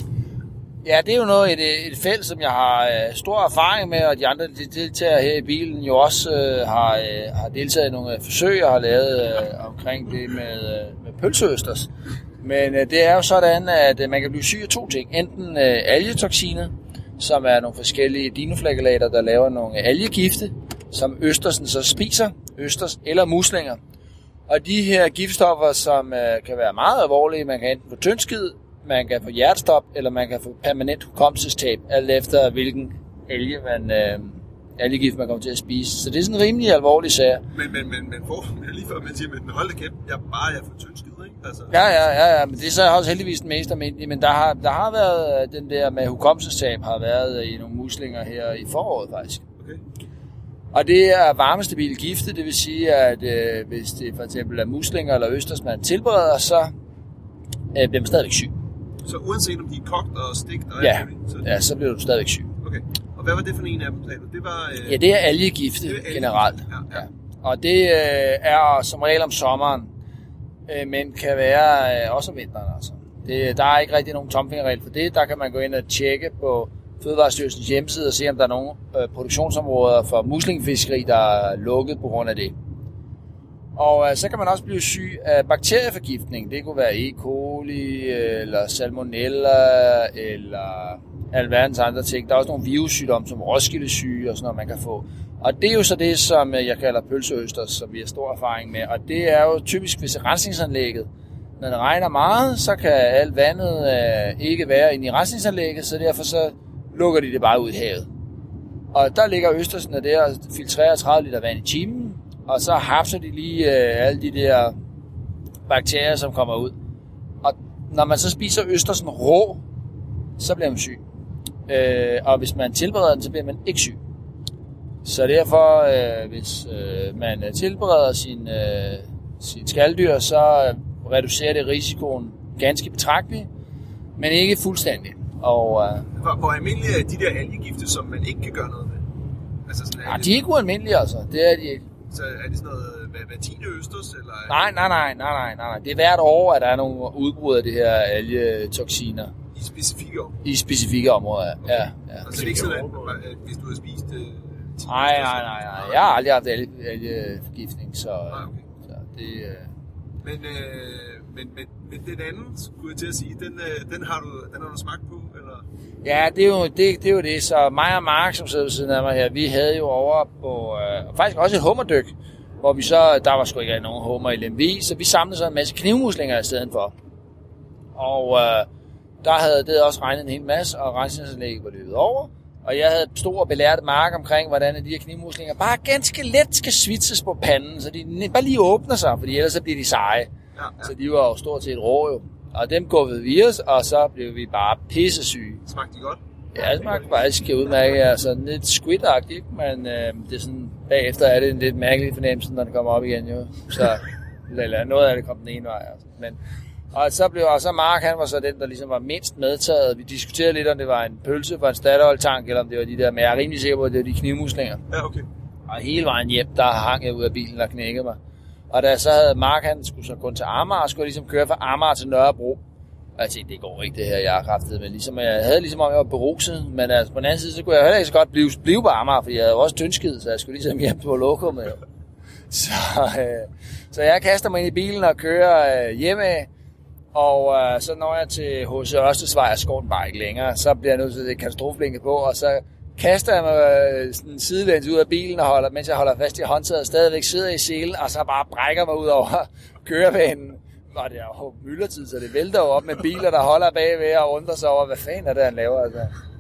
Ja, det er jo noget, et, et felt, som jeg har øh, stor erfaring med, og de andre deltagere her i bilen jo også øh, har, øh, har deltaget i nogle forsøg, og har lavet øh, omkring det med, øh, med pølseøsters. Men øh, det er jo sådan, at øh, man kan blive syg af to ting. Enten øh, algetoksiner, som er nogle forskellige dinoflagellater, der laver nogle algegifte, som østersen så spiser, østers eller muslinger. Og de her giftstoffer, som øh, kan være meget alvorlige, man kan enten få tyndskid, man kan få hjertestop, eller man kan få permanent hukommelsestab, alt efter hvilken alge man, øh, algegift, man kommer til at spise. Så det er sådan en rimelig alvorlig sag. Men, men, men, men for, lige før man siger, men hold da kæft, jeg bare er for tyndskid, ikke? Altså. Ja, ja, ja, ja, men det er så også heldigvis den mest almindelige, men der har, der har været den der med hukommelsestab, har været i nogle muslinger her i foråret faktisk. Okay. Og det er varmestabile gifte, det vil sige, at øh, hvis det for eksempel er muslinger eller østers, man tilbereder, så øh, bliver man stadigvæk syg. Så uanset om de er kogt og stegt og ja, alt det, så... ja, så bliver du stadigvæk syg. Okay. Og hvad var det for en af dem? Det var, øh... Ja, det er algegifte generelt. Ja, ja. Og det øh, er som regel om sommeren, øh, men kan være øh, også om vinteren. Altså. Det, der er ikke rigtig nogen tomfingerregel for det. Der kan man gå ind og tjekke på Fødevarestyrelsens hjemmeside og se, om der er nogle øh, produktionsområder for muslingfiskeri, der er lukket på grund af det. Og øh, så kan man også blive syg af bakterieforgiftning. Det kunne være E. coli, øh, eller salmonella, eller alverdens andre ting. Der er også nogle virussygdomme, som roskildesyge og sådan noget, man kan få. Og det er jo så det, som jeg kalder pølseøsters, som vi har stor erfaring med. Og det er jo typisk ved rensningsanlægget. Når det regner meget, så kan alt vandet øh, ikke være inde i rensningsanlægget, så derfor så lukker de det bare ud i havet. Og der ligger østersene der og filtrerer tredive liter vand i timen, og så hapser de lige øh, alle de der bakterier, som kommer ud. Og når man så spiser østersen rå, så bliver man syg. Øh, og hvis man tilbereder den, så bliver man ikke syg. Så derfor, øh, hvis øh, man tilbereder sin, øh, sin skaldyr, så øh, reducerer det risikoen ganske betragteligt, men ikke fuldstændig. Og, øh, hvor, hvor almindelige er de der algegifte, som man ikke kan gøre noget med? Altså sådan, ja, de er ikke ualmindelige, altså. Det er de ikke. Så er det sådan noget hver tiende østers? Eller? Nej, nej, nej, nej, nej, nej. Det er hvert år, at der er nogle udbrud af det her algetoksiner. I specifikke områder? I specifikke områder, okay. ja. ja. Og så er det ikke sådan, at hvis du har spist øh, ti nej, nej, nej, nej. Jeg har aldrig haft algeforgiftning, så, nej, okay. så det... Øh... Men, øh, men, men, men den anden, skulle jeg til at sige, den, øh, den, har, du, den har du smagt på, eller? Ja, det er, jo, det, det er jo det. Så mig og Mark, som sidder ved siden af mig her, vi havde jo over på... Øh, faktisk også et hummerdyk, hvor vi så... Der var sgu ikke nogen hummer i Lemvig, så vi samlede så en masse knivmuslinger i stedet for. Og øh, der havde det også regnet en hel masse, og rensningsanlægget var løbet over. Og jeg havde stor og belært Mark omkring, hvordan de her knivmuslinger bare ganske let skal svitses på panden, så de bare lige åbner sig, fordi ellers så bliver de seje. Ja, ja. Så de var jo stort set rå jo. Og dem guffede vi os, og så blev vi bare pissesyge. Smagte de godt? Ja, det smagte faktisk udmærket. Altså lidt squid-agtigt, men øh, det er sådan, bagefter er det en lidt mærkelig fornemmelse, når det kommer op igen jo. Så eller, noget af det kom den ene vej. Altså. Men, og så blev og så Mark, han var så den, der ligesom var mindst medtaget. Vi diskuterede lidt, om det var en pølse fra en Statoil-tank, eller om det var de der, men jeg er rimelig sikker på, at det var de knivmuslinger. Ja, okay. Og hele vejen hjem, der hang jeg ud af bilen og knækkede mig. Og da så havde Mark, han skulle så kun til Amager, og skulle ligesom køre fra Amager til Nørrebro. Og jeg tænkte, det går ikke det her, jeg har kraftet med. Ligesom, jeg havde ligesom, om jeg var beruset, men altså, på den anden side, så kunne jeg heller ikke så godt blive, blive på Amager, fordi jeg havde også tyndskid, så jeg skulle ligesom hjem på lokummet. Så, øh, så jeg kaster mig ind i bilen og kører øh, hjemme. Og øh, så når jeg til H C Ørstedsvej, og skår den bare ikke længere, så bliver jeg nødt til at sætte katastrofeblinket på, og så kaster jeg mig øh, sådan sidelæns ud af bilen, og holder, mens jeg holder fast i håndtaget, og stadigvæk sidder i selen, og så bare brækker mig ud over kørebanen. Og det er jo myldretid, så det vælter jo op med biler, der holder bagved og undrer sig over, hvad fanden er det, han laver. Altså.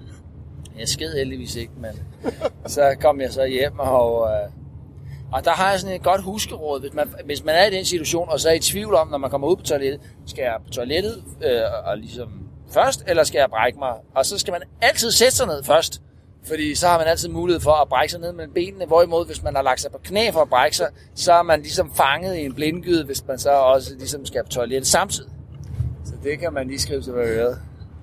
Jeg sked heldigvis ikke, men så kom jeg så hjem, og, øh, og der har jeg sådan et godt huskeråd. Hvis man, hvis man er i den situation, og så er i tvivl om, når man kommer ud på toilettet, skal jeg på toilettet øh, og ligesom først, eller skal jeg brække mig? Og så skal man altid sætte sig ned først. Fordi så har man altid mulighed for at brække sig ned mellem benene, hvorimod hvis man har lagt sig på knæ for at brække sig, så er man ligesom fanget i en blindgyde, hvis man så også ligesom skal på toilettet samtidig. Så det kan man lige skrive til ved øret.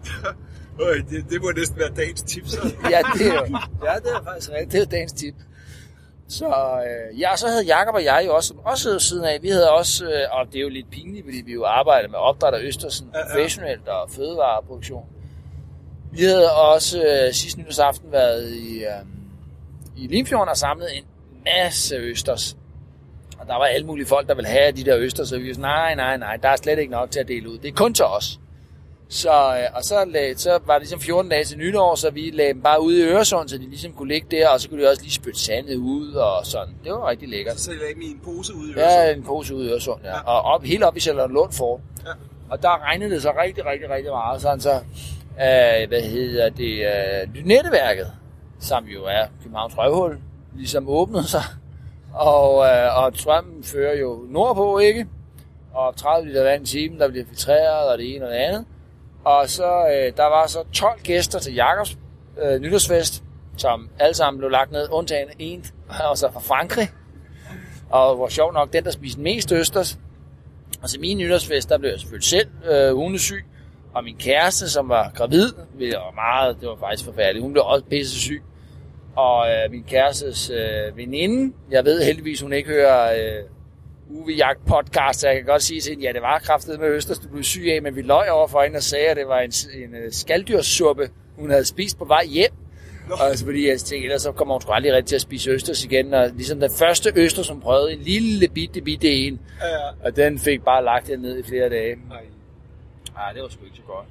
Øj, det, det må næsten være dagens tip, så. ja, det er jo, ja, det er faktisk rigtigt. Det er dagens tip. Så, øh, ja, så havde Jakob og jeg jo også, også siden af, vi havde også, øh, og det er jo lidt pinligt, fordi vi jo arbejder med opdræt af østersen, ja, ja. Professionelt og fødevareproduktion. Vi havde også øh, sidste nytårsaften været i, øh, i Limfjorden og samlet en masse østers. Og der var alle mulige folk, der ville have de der østers, så vi var sådan, nej, nej, nej, der er slet ikke nok til at dele ud. Det er kun til os. Så, øh, og så, lag, så var det ligesom fjorten dage til nytår, så vi lagde dem bare ude i Øresund, så de ligesom kunne ligge der, og så kunne de også lige spytte sandet ud og sådan. Det var rigtig lækkert. Så I lagde dem i en pose ude i Øresund? Ja, en pose ude i Øresund, ja. ja. Og op, helt op i Charlottenlund Fort. Ja. Og der regnede det så rigtig, rigtig, rigtig meget, sådan så... Uh, hvad hedder det, uh, Lynetteeværket, som jo er Københavns røvhul, ligesom åbnede sig. Og, øh, og strømmen fører jo nordpå, ikke? Og tredive liter vand i timen, der bliver filtreret, og det ene og det andet. Og så, øh, der var så tolv gæster til Jakobs øh, nytårsfest, som alle sammen blev lagt ned, undtagen en, og så fra Frankrig. Og hvor sjovt nok, den der spiste mest østers. Og til min nytårsfest, der blev jeg selvfølgelig selv øh, hundesyg. Og min kæreste, som var gravid, det var meget, det var faktisk forfærdeligt. Hun blev også pisse syg. Og øh, min kærestes øh, veninde, jeg ved heldigvis, hun ikke hører øh, Uwe Jagt podcast, så jeg kan godt sige til hende, ja, det var kraftigt med østers, du blev syg af, men vi løj over for hende og sagde, at det var en, en, en skalddyrssuppe, hun havde spist på vej hjem. Og så fordi jeg tænkte, ellers så kommer hun sgu aldrig rigtig til at spise østers igen. Og ligesom den første østers, som prøvede, en lille bitte, bitte en. Ja, ja. Og den fik bare lagt den ned i flere dage. Nej, ah, det var sgu ikke så godt.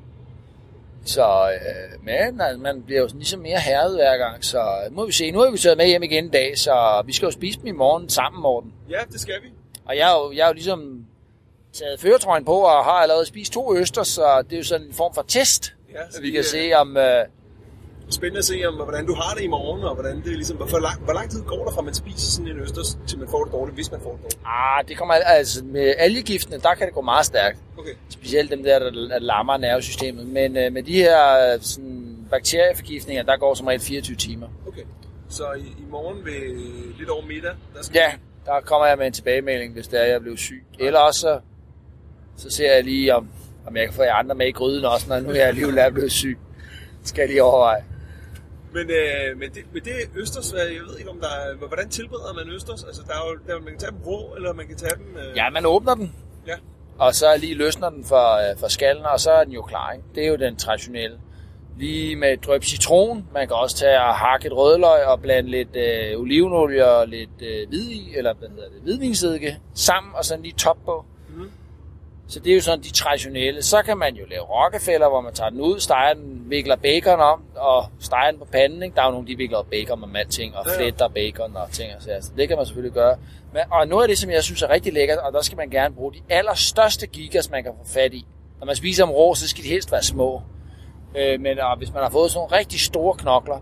Så, øh, men altså, man bliver jo sådan ligesom mere herret hver gang. Så må vi se, nu har vi taget med hjem igen i dag, så vi skal jo spise dem i morgen sammen, Morten. Ja, det skal vi. Og jeg har jo, jeg har jo ligesom taget føretrøjen på og har allerede spist to østers, så det er jo sådan en form for test. Ja, så vi kan øh... se om... Øh, Spændende at se, om, hvordan du har det i morgen, og hvordan det ligesom, hvor, lang, hvor lang tid går der fra, man spiser sådan en østers, til man får det dårligt, hvis man får det dårligt? Ah, det kommer altså med algegiftene, der kan det gå meget stærkt. Okay. Specielt dem der, der lammer nervesystemet. Men øh, med de her sådan, bakterieforgiftninger, der går som regel fireogtyve timer. Okay. Så i, i morgen ved lidt over middag, der skal ja, der kommer jeg med en tilbagemelding, hvis det er, jeg blev syg. Ja. Eller også så, så ser jeg lige, om, om jeg kan få jer andre med i gryden også, når nu er jeg alligevel er blevet syg. Det skal jeg lige overveje. Men øh, med, det, med det østers, jeg ved ikke om der er, hvordan tilbereder man østers? Altså der er jo, der, man kan tage dem rå, eller man kan tage dem... Øh... Ja, man åbner den, ja. Og så lige løsner den for, øh, for skallen, og så er den jo klar, ikke? Det er jo den traditionelle. Lige med et dryp citron, man kan også tage og hakke et rødløg og blande lidt øh, olivenolie og lidt øh, hvid i, eller hvad hedder det, hvidvinsedike sammen, og sådan lige top på. Mm. Så det er jo sådan de traditionelle. Så kan man jo lave rockefeller, hvor man tager den ud, steger den, vikler bacon om, og steger den på panden. Ikke? Der er jo nogle, de vikler bacon med alting, og fletter bacon og ting og så. Altså, det kan man selvfølgelig gøre. Men, og noget af det, som jeg synes er rigtig lækkert, og der skal man gerne bruge de allerstørste gigas, man kan få fat i. Når man spiser dem rå, så skal de helst være små. Øh, men og hvis man har fået sådan nogle rigtig store knokler,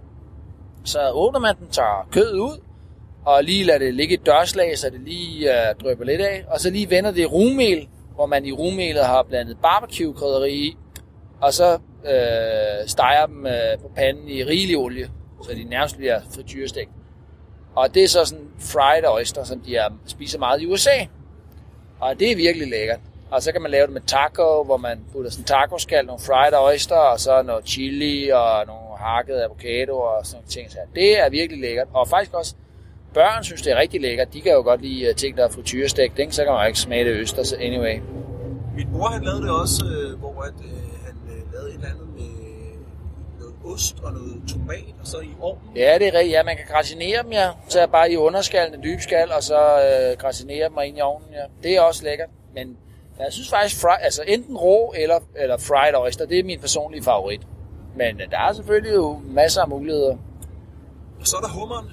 så åbner man den, tager kødet ud, og lige lader det ligge i et dørslag, så det lige øh, drypper lidt af, og så lige vender det i rugmel, hvor man i rugmelet har blandet barbecue-krydderi i, og så øh, steger dem øh, på panden i rigelig olie, så de nærmest bliver frityrestegt. Og det er så sådan fried oyster, som de er, spiser meget i U S A. Og det er virkelig lækkert. Og så kan man lave det med taco, hvor man putter sådan tacoskal, nogle fried oyster, og så noget chili og nogle hakket avocado og sådan ting. Så det er virkelig lækkert. Og faktisk også, børn synes, det er rigtig lækkert. De kan jo godt lide ting, der er frityrestegt, ikke? Så kan man jo ikke smage det østers anyway. Min bror, han lavede det også, hvor at, øh, han øh, lavede et eller andet med noget ost og noget tomat, og så i ovnen. Ja, det er rigtigt. Ja, man kan gratinere dem, ja. Så bare i underskallen, en dyb skal, og så øh, gratinere dem ind i ovnen, ja. Det er også lækkert. Men jeg synes faktisk, fry, altså enten rå eller, eller fried oyster, det er min personlige favorit. Men øh, der er selvfølgelig jo masser af muligheder. Og så er der hummeren.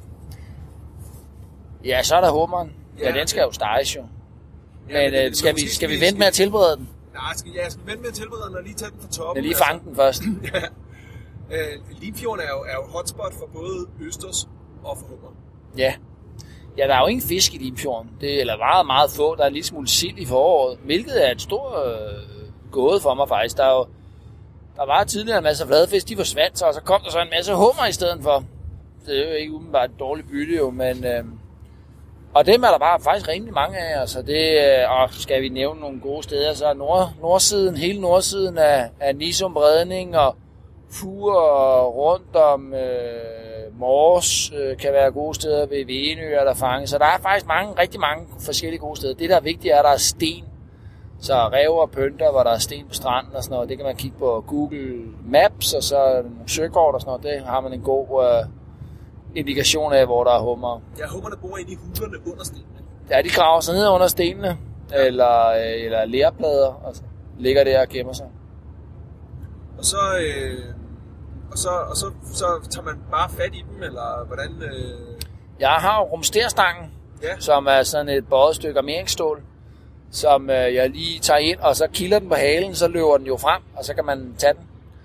Ja, så er der hummeren. Ja, ja, den skal jo steges jo. Men, ja, men øh, skal, vi, skal vi vente med at tilberede den? Nej, skal, ja, jeg skal vente med at tilberede den og lige tage den fra toppen. Ja, lige fange altså. Den først. Ja. Øh, Limfjorden er jo, er jo hotspot for både østers og for hummer. Ja. Ja, der er jo ingen fisk i Limfjorden. Det er eller meget, meget få. Der er en lille smule sild i foråret, hvilket er et stort øh, gåde for mig faktisk. Der, er jo, der var tidligere en masse fladfisk, de forsvandt så, og så kom der så en masse hummer i stedet for. Det er jo ikke umiddelbart et dårligt bytte jo, men... Øh, og dem er der bare faktisk rimelig mange af, altså det, og skal vi nævne nogle gode steder, så er nord, nordsiden, hele nordsiden af, af Nisum Bredning og Fure rundt om øh, Mors øh, kan være gode steder ved Venøer, der fanges. Så der er faktisk mange, rigtig mange forskellige gode steder. Det, der er vigtigt, er, at der er sten. Så ræver og pynter, hvor der er sten på stranden og sådan noget, det kan man kigge på Google Maps, og så nogle søkort og sådan noget, det har man en god... Øh, indikation af, hvor der er hummer. Ja, hummerne bor inde i hulerne under stenene. Ja, de graver sig ned under stenene, ja. eller, eller lerplader, og så ligger der og gemmer sig. Og så, øh, og så, og så, så tager man bare fat i dem, eller hvordan? Øh... Jeg har jo rumsterstangen, ja. Som er sådan et bøjet stykke armeringsstål, som øh, jeg lige tager ind, og så kilder den på halen, så løber den jo frem, og så kan man tage den.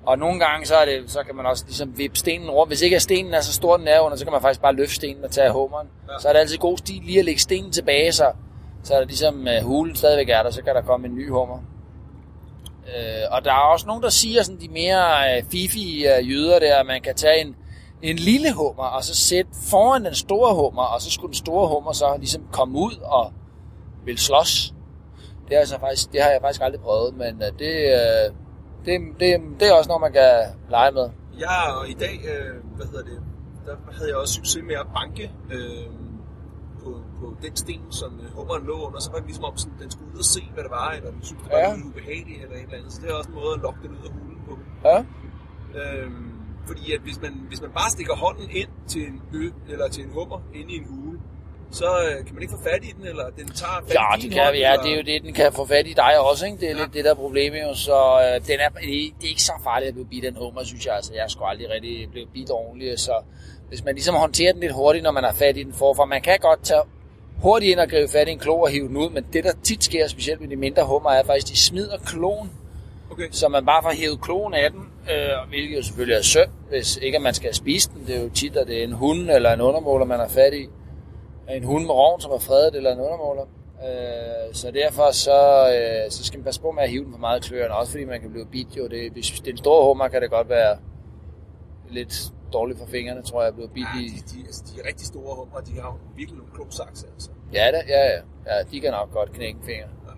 Og nogle gange, så, er det, så kan man også ligesom vippe stenen rundt. Hvis ikke er stenen er så stor, den er under, så kan man faktisk bare løfte stenen og tage hummeren. Ja. Så er det altid god stil lige at lægge stenen tilbage, så, så er det ligesom uh, hulen stadigvæk er der, så kan der komme en ny hummer. Uh, og der er også nogen, der siger, sådan de mere uh, fifige uh, jyder der, at man kan tage en, en lille hummer, og så sætte foran den store hummer, og så skulle den store hummer så ligesom komme ud og vil slås. Det har, altså faktisk, det har jeg faktisk aldrig prøvet, men uh, det... Uh, Det, det, det er også noget, man kan lege med. Ja, og i dag, øh, hvad hedder det, der havde jeg også succes med at banke øh, på, på den sten, som øh, hummeren lå under. Så var det ligesom om, sådan, den skulle ud og se, hvad det var, eller den synes, det var ja. lidt ubehageligt eller et eller andet. Så det er også en måde at lokke den ud af hulen på. Ja. Øh, fordi at hvis man, hvis man bare stikker hånden ind til en ø, eller til en hummer inde i en hule, så øh, kan man ikke få fat i den, eller den tager fat ja, i din det kan, hånd, ja, eller... det er jo det, den kan få fat i dig også, ikke? Det er ja. lidt det, der er problemet jo, så øh, den er, det, det er ikke så farligt at blive bidt af en hummer, synes jeg, altså, jeg er sgu aldrig rigtig blevet bidt ordentligt, så hvis man ligesom håndterer den lidt hurtigt, når man har fat i den forfra, man kan godt tage hurtigt ind og gribe fat i en klo og hive den ud, men det, der tit sker, specielt med de mindre hummer, er faktisk, de smider kloen, okay. Så man bare får hævet kloen af den, øh, hvilket jo selvfølgelig er synd, hvis ikke at man skal spise den, det er jo tit, at det er en hund eller en undermåler, man har fat i. En hund med rovn, som er fredet, eller en undermåler. Øh, så derfor så, øh, så skal man passe på med at hive den for meget i kløerne, også fordi man kan blive bidt jo. Det, hvis det er en stor hummer, kan det godt være lidt dårligt for fingrene, tror jeg, at blive bidt ja, i. De, de, altså, de er rigtig store hummer, de har virkelig nogle klosakse, altså. Ja, da, ja, ja, ja. De kan nok godt knække fingre. Ja.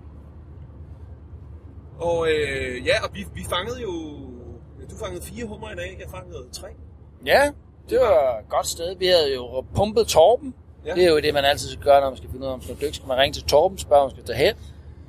Og øh, ja, og vi, vi fangede jo... Du fangede fire hummer i dag, jeg fangede tre. Ja, det var et godt sted. Vi havde jo pumpet Torben. Ja. Det er jo det, man altid skal gøre, når man skal finde ud af, om man skal dykke. Skal man ringe til Torben, spørge, om man skal tage hen.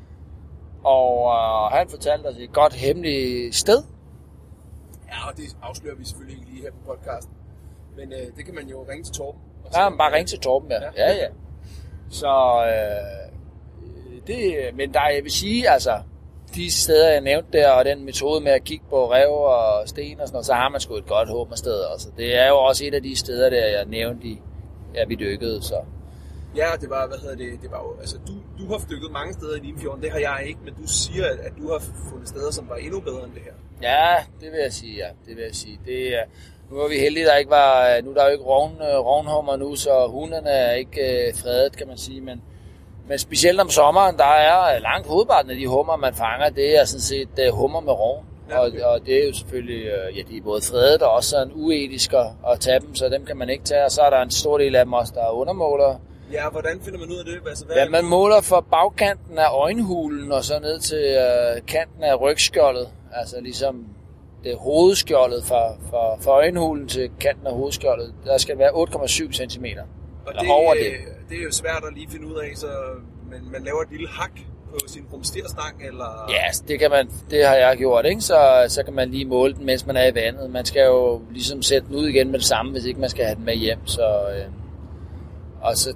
Og øh, han fortalte os et godt hemmeligt sted. Ja, og det afslører vi selvfølgelig ikke lige her på podcasten. Men øh, det kan man jo ringe til Torben. Ja, man bare ringe til Torben, ja. Ja, ja. Så, øh, det, men der, jeg vil sige, altså, de steder, jeg nævnte der, og den metode med at kigge på rev og sten og sådan noget, så har man sgu et godt hummersted. Altså, det er jo også et af de steder, der jeg nævnte i. Ja, vi dykkede, så... Ja, det var, hvad hedder det, det var jo, altså, du, du har dykket mange steder i Limfjorden, det har jeg ikke, men du siger, at, at du har fundet steder, som var endnu bedre end det her. Ja, det vil jeg sige, ja, det vil jeg sige. Det er, nu var vi heldige, der ikke var, nu er der jo ikke rovn, rovnhummer nu, så hunderne er ikke øh, fredet, kan man sige, men, men specielt om sommeren, der er langt hovedparten af de hummer, man fanger, det er sådan set uh, hummer med rovn. Ja, okay. og, og det er jo selvfølgelig, ja, de er både fredet og også sådan uetisk at, at tage dem, så dem kan man ikke tage, og så er der en stor del af dem også, der er undermålere. Ja, hvordan finder man ud af det? Altså, hvad ja, man måler fra bagkanten af øjenhulen og så ned til uh, kanten af rygskjoldet, altså ligesom det hovedskjoldet fra, fra, fra øjenhulen til kanten af hovedskjoldet, der skal være otte komma syv centimeter. Og det, over det. det er jo svært at lige finde ud af, så man, man laver et lille hak på sin rumsterstang, eller... Ja, det kan man, det har jeg gjort, ikke? Så, så kan man lige måle den, mens man er i vandet. Man skal jo ligesom sætte den ud igen med det samme, hvis ikke man skal have den med hjem, så... Øh, og så...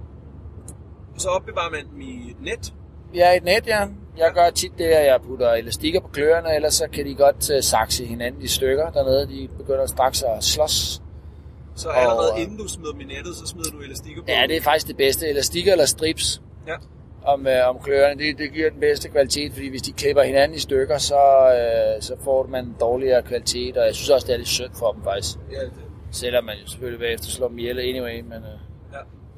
Så opbevarer man dem i et net? Ja, et net, ja. Jeg gør tit det, at jeg putter elastikker på kløerne, ellers så kan de godt uh, sakse hinanden i stykker dernede. De begynder straks at slås. Så allerede og, inden du smider dem i nettet, så smider du elastikker på? Ja, det er faktisk det bedste. Elastikker eller strips. Ja. Om, øh, om kløerne. Det, det giver den bedste kvalitet, fordi hvis de klipper hinanden i stykker, så, øh, så får man dårligere kvalitet, og jeg synes også, det er lidt synd for dem faktisk. Ja, det. Selvom man jo selvfølgelig bagefter slår dem ihjel anyway, men... Øh. Ja.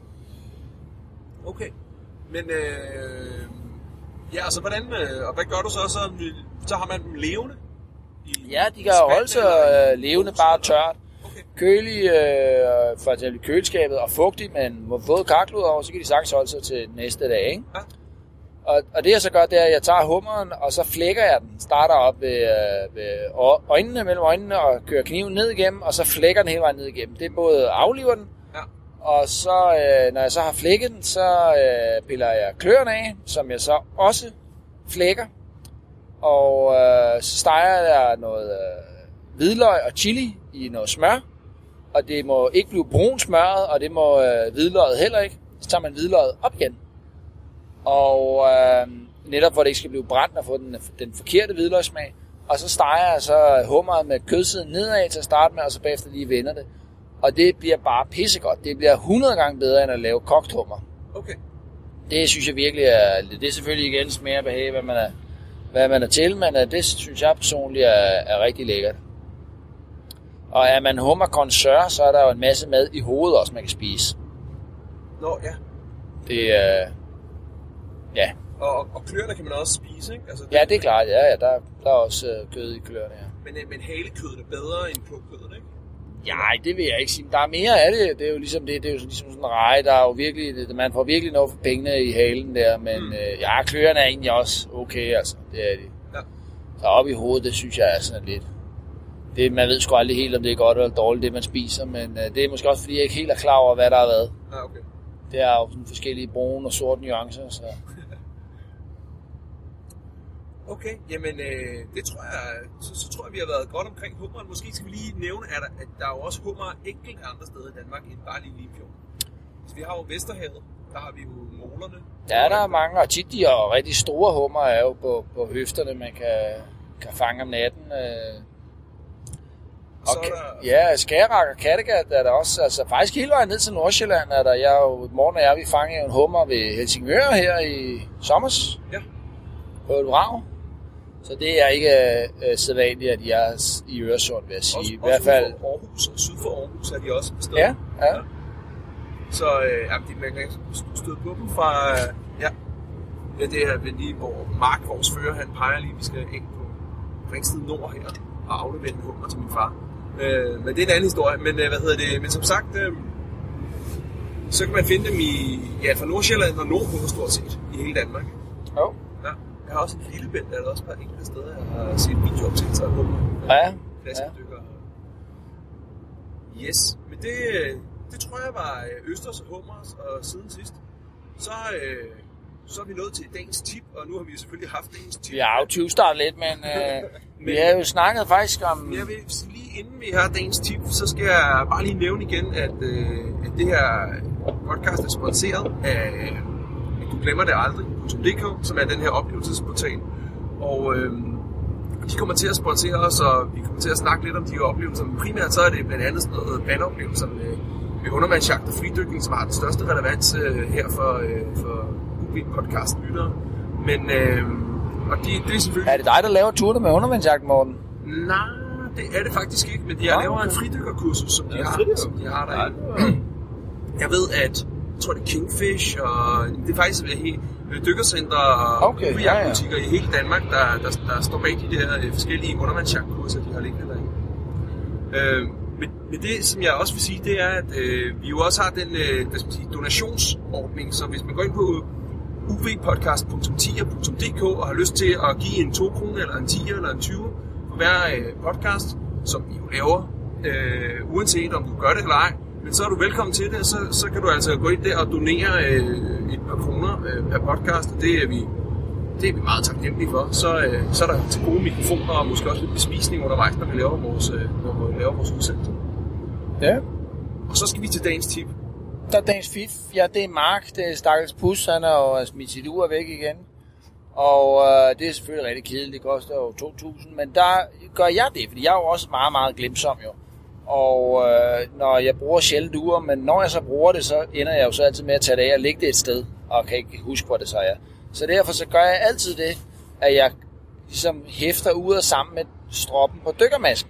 Okay. Men, øh, ja, altså hvordan, øh, og hvad gør du så? Så, så har man dem levende? I, ja, de kan holde sig øh, levende, bare tørt. Kølig, øh, for eksempel i køleskabet, og fugtig, men våd karklud over, så kan de sagtens holde sig til næste dag, ikke? Ja. Og, og det jeg så gør, det er, at jeg tager hummeren, og så flækker jeg den. Starter op ved, øh, ved øjnene, mellem øjnene, og kører kniven ned igennem, og så flækker den hele vejen ned igennem. Det er både afliver den, ja. Og så, øh, når jeg så har flækket den, så øh, piller jeg kløerne af, som jeg så også flækker. Og øh, så steger jeg noget øh, hvidløg og chili i noget smør. Og det må ikke blive brun smørret, og det må øh, hvidløget heller ikke. Så tager man hvidløget op igen. Og øh, netop hvor det ikke skal blive brændt og få den, den forkerte hvidløgssmag. Og så steger jeg så hummeret med kødsiden nedad til at starte med, og så bagefter lige vender det. Og det bliver bare pissegodt. Det bliver hundrede gange bedre end at lave kogt hummer. Okay. Det synes jeg virkelig er... Det er selvfølgelig igen smag og behag, hvad man er, hvad man er til, men uh, det synes jeg personligt er, er rigtig lækkert. Og er man hummerkonsør, så er der jo en masse mad i hovedet også, man kan spise. Nå, ja. Det er... Uh, ja. Og, og kløerne kan man også spise, ikke? Altså, det, ja, det er klart. Ja, ja, der, der er også uh, kød i kløerne, ja. Men, men halekødet er bedre end plukødet, ikke? Nej, det vil jeg ikke sige. Der er mere af det. Det er jo ligesom det. Det er jo ligesom sådan en reje. Der er jo virkelig, man får virkelig noget for pengene i halen der. Men mm. øh, ja, kløerne er egentlig også okay, altså. Det er det. Ja. Så op i hovedet, det synes jeg er sådan lidt. Det, man ved sgu aldrig helt, om det er godt eller dårligt, det man spiser. Men øh, det er måske også, fordi jeg ikke helt er klar over, hvad der har været. Ja, okay. Det er jo sådan forskellige brune og sorte nuancer, så... Okay, jamen øh, det tror jeg, så, så tror jeg, vi har været godt omkring hummeren. Måske skal vi lige nævne, at der, at der er jo også hummer enkelte andre steder i Danmark, end bare lige Limfjorden. Så vi har jo Vesterhavet, der har vi jo målerne. Ja, der er mange, og tit de og rigtig store hummer er jo på, på høfterne, man kan, kan fange om natten. Øh. Og så er der... Ja, Skagerrak og Kattegat er der også, altså faktisk hele vejen ned til Nordsjælland er der. Jeg er jo, morgen og jeg, vi fangede en hummer ved Helsingør her i sommers. Ja. På et vrag. Så det er ikke øh, sædvanligt, at de er i Øresund, vil jeg sige. Også, I hvert fald... Også Aarhus, syd for Aarhus er de også bestemt. Ja, ja. Så øh, ja, man kan støde på dem fra, øh, ja, ja, det er lige, hvor Mark, vores fører, han peger lige, vi skal ind på Ringsted Nord her og aflevere en hummer til min far. Øh, men det er en anden historie. Men øh, hvad hedder det? Men som sagt, øh, så kan man finde dem i, ja, fra Nordsjælland og Nordpå stort set i hele Danmark. Jo. Ja. Jeg har også en lille bænd, der er der også på enkelte steder, jeg har set videooptagelser af hummer. Ja, ja. Yes, men det, det tror jeg var Østers og Hummers, og siden sidst, så, øh, så er vi nået til dagens tip, og nu har vi selvfølgelig haft dagens tip. Vi har jo tyve-startet lidt, men, øh, men vi har jo snakket faktisk om... Jeg vil lige inden vi har dagens tip, så skal jeg bare lige nævne igen, at, øh, at det her podcast er sponsoreret af Du Glemmer Det Aldrig punktum d k, som er den her oplevelsesportal. Og øh, de kommer til at sponsere os, og vi kommer til at snakke lidt om de oplevelser. Men primært så er det blandt andet sådan noget vandoplevelser med, med undervandsjagt og fridykning, som har den største relevans øh, her for, øh, for U B-podcast-lyttere. Men, øh, og de, det er selvfølgelig... Er det dig, der laver turene med undervandsjagt, Morten? Nej, det er det faktisk ikke, men jeg laver en fridykkerkursus, som de, ja, har, som de har derinde. Jeg ved, at jeg tror, det er Kingfish, og det er faktisk helt dykkercenter og okay, ja, ja. butikker i hele Danmark, der, der, der står bag de der øh, forskellige undervandsjagtkurser, de har liggende derinde. Øh, men, men det, som jeg også vil sige, det er, at øh, vi jo også har den øh, hvad skal man sige, donationsordning, så hvis man går ind på u v podcast punktum tier punktum d k og har lyst til at give en to kroner eller en tier eller en tyve for hver øh, podcast, som vi jo laver, øh, uanset om du gør det eller ej, men så er du velkommen til det, så, så kan du altså gå ind der og donere øh, et par kroner øh, per podcast, og det er vi, det er vi meget taknemmelige for. Så, øh, så er der til gode mikrofoner og måske også lidt bespisning undervejs, når vi laver vores, øh, når vi laver vores udsendelse. Ja. Og så skal vi til dagens tip. Der er dagens fif. Ja, det er Mark, det er stakkels pus, han har jo smidt sit ur væk igen. Og øh, det er selvfølgelig rigtig kedeligt, det koster jo to tusind, men der gør jeg det, fordi jeg er jo også meget, meget glemsom jo. Og øh, når jeg bruger sjældent ure, men når jeg så bruger det, så ender jeg jo så altid med at tage det af og lægge det et sted, og kan ikke huske, hvor det så er. Så derfor så gør jeg altid det, at jeg ligesom hæfter uret sammen med stroppen på dykkermasken.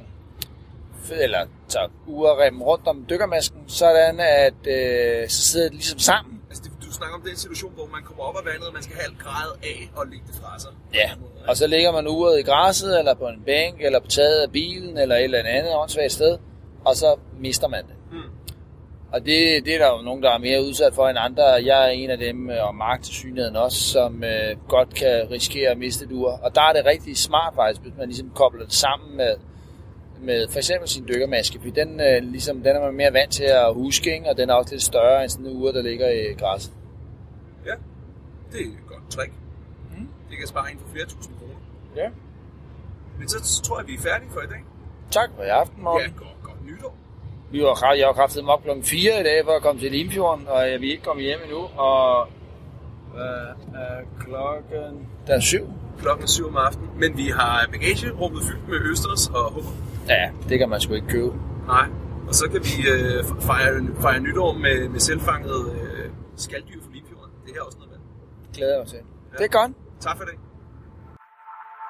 Eller tager ureremmen rundt om dykkermasken, sådan at øh, så sidder det ligesom sammen. Altså det, du snakker om den situation, hvor man kommer op af vandet, og man skal have alt gradet af og lægge det fra sig. Ja, og så lægger man uret i græsset, eller på en bænk, eller på taget af bilen, eller et eller andet åndssvagt sted, og så mister man det. Hmm. Og det, det er der jo nogen, der er mere udsat for end andre. Jeg er en af dem, og Mark til synligheden også, som øh, godt kan risikere at miste et ur. Og der er det rigtig smart faktisk, hvis man ligesom kobler det sammen med, med for eksempel sin dykkermaske, fordi den, øh, ligesom, den er man mere vant til at huske, ikke? Og den er også lidt større end sådan en ur, der ligger i græsset. Ja, det er et godt trick. Mm. Det kan spare ind for flere tusind kroner. Ja. Men så, så tror jeg, vi er færdige for i dag. Tak for i aften, Morten. Ja, godt, godt nytår. Vi var, jeg har kraftet mig op klokken fire i dag for at komme til Limfjorden, og jeg vil ikke komme hjem endnu. Og hvad er klokken? Den er syv. Klokken er syv om aftenen. Men vi har bagagerummet fyldt med østers og hummer. Ja, det kan man sgu ikke købe. Nej, og så kan vi øh, fejre, fejre nytår med, med selvfanget øh, skalddyr fra Limfjorden. Det er også noget med. Glæder mig til. Ja. Det er godt. Tak for det.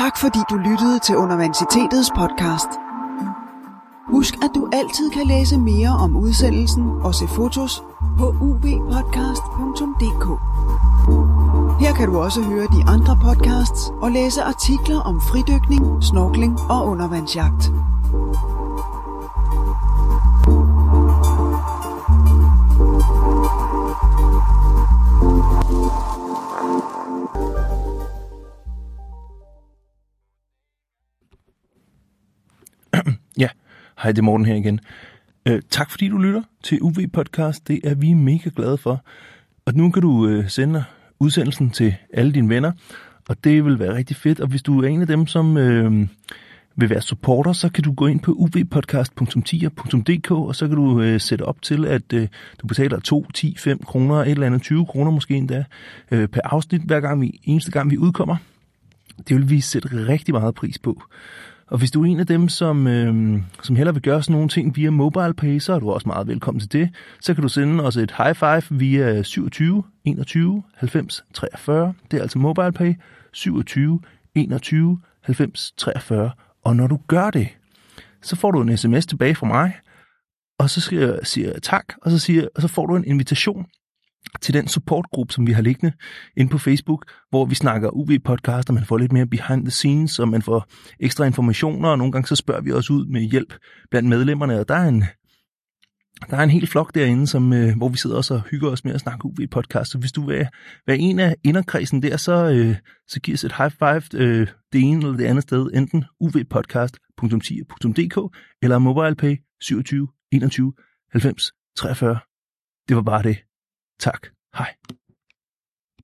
tak fordi du lyttede til Universitetets podcast. Husk, at du altid kan læse mere om udsendelsen og se fotos på u v podcast punktum d k. Her kan du også høre de andre podcasts og læse artikler om fridykning, snorkling og undervandsjagt. Ja, hej, det er Morten her igen. Øh, tak fordi du lytter til U V Podcast. Det er vi mega glade for. Og nu kan du øh, sende udsendelsen til alle dine venner, og det vil være rigtig fedt. Og hvis du er en af dem, som øh, vil være supporter, så kan du gå ind på u v podcast punktum tier punktum d k, og så kan du øh, sætte op til, at øh, du betaler to, ti, fem kroner, et eller andet tyve kroner måske endda, øh, per afsnit, hver gang vi, eneste gang vi udkommer. Det vil vi sætte rigtig meget pris på. Og hvis du er en af dem, som, øh, som hellere vil gøre sådan nogle ting via MobilePay, så er du også meget velkommen til det. Så kan du sende os et high five via syvogtyve enogtyve halvfems treogfyrre. Det er altså MobilePay syvogtyve enogtyve halvfems treogfyrre. Og når du gør det, så får du en sms tilbage fra mig, og så siger jeg tak, og så, siger, og så får du en invitation til den supportgruppe, som vi har liggende inde på Facebook, hvor vi snakker U V-podcast, og man får lidt mere behind the scenes, og man får ekstra informationer, og nogle gange så spørger vi også ud med hjælp blandt medlemmerne, og der er en, der er en hel flok derinde, som, øh, hvor vi sidder også og hygger os med at snakke U V-podcast. Så hvis du vil være en af inderkredsen der, så, øh, så giv os et high five øh, det ene eller det andet sted, enten u v podcast punktum tier punktum d k eller MobilePay syvogtyve enogtyve halvfems treogfyrre. Det var bare det. Tak. Hej.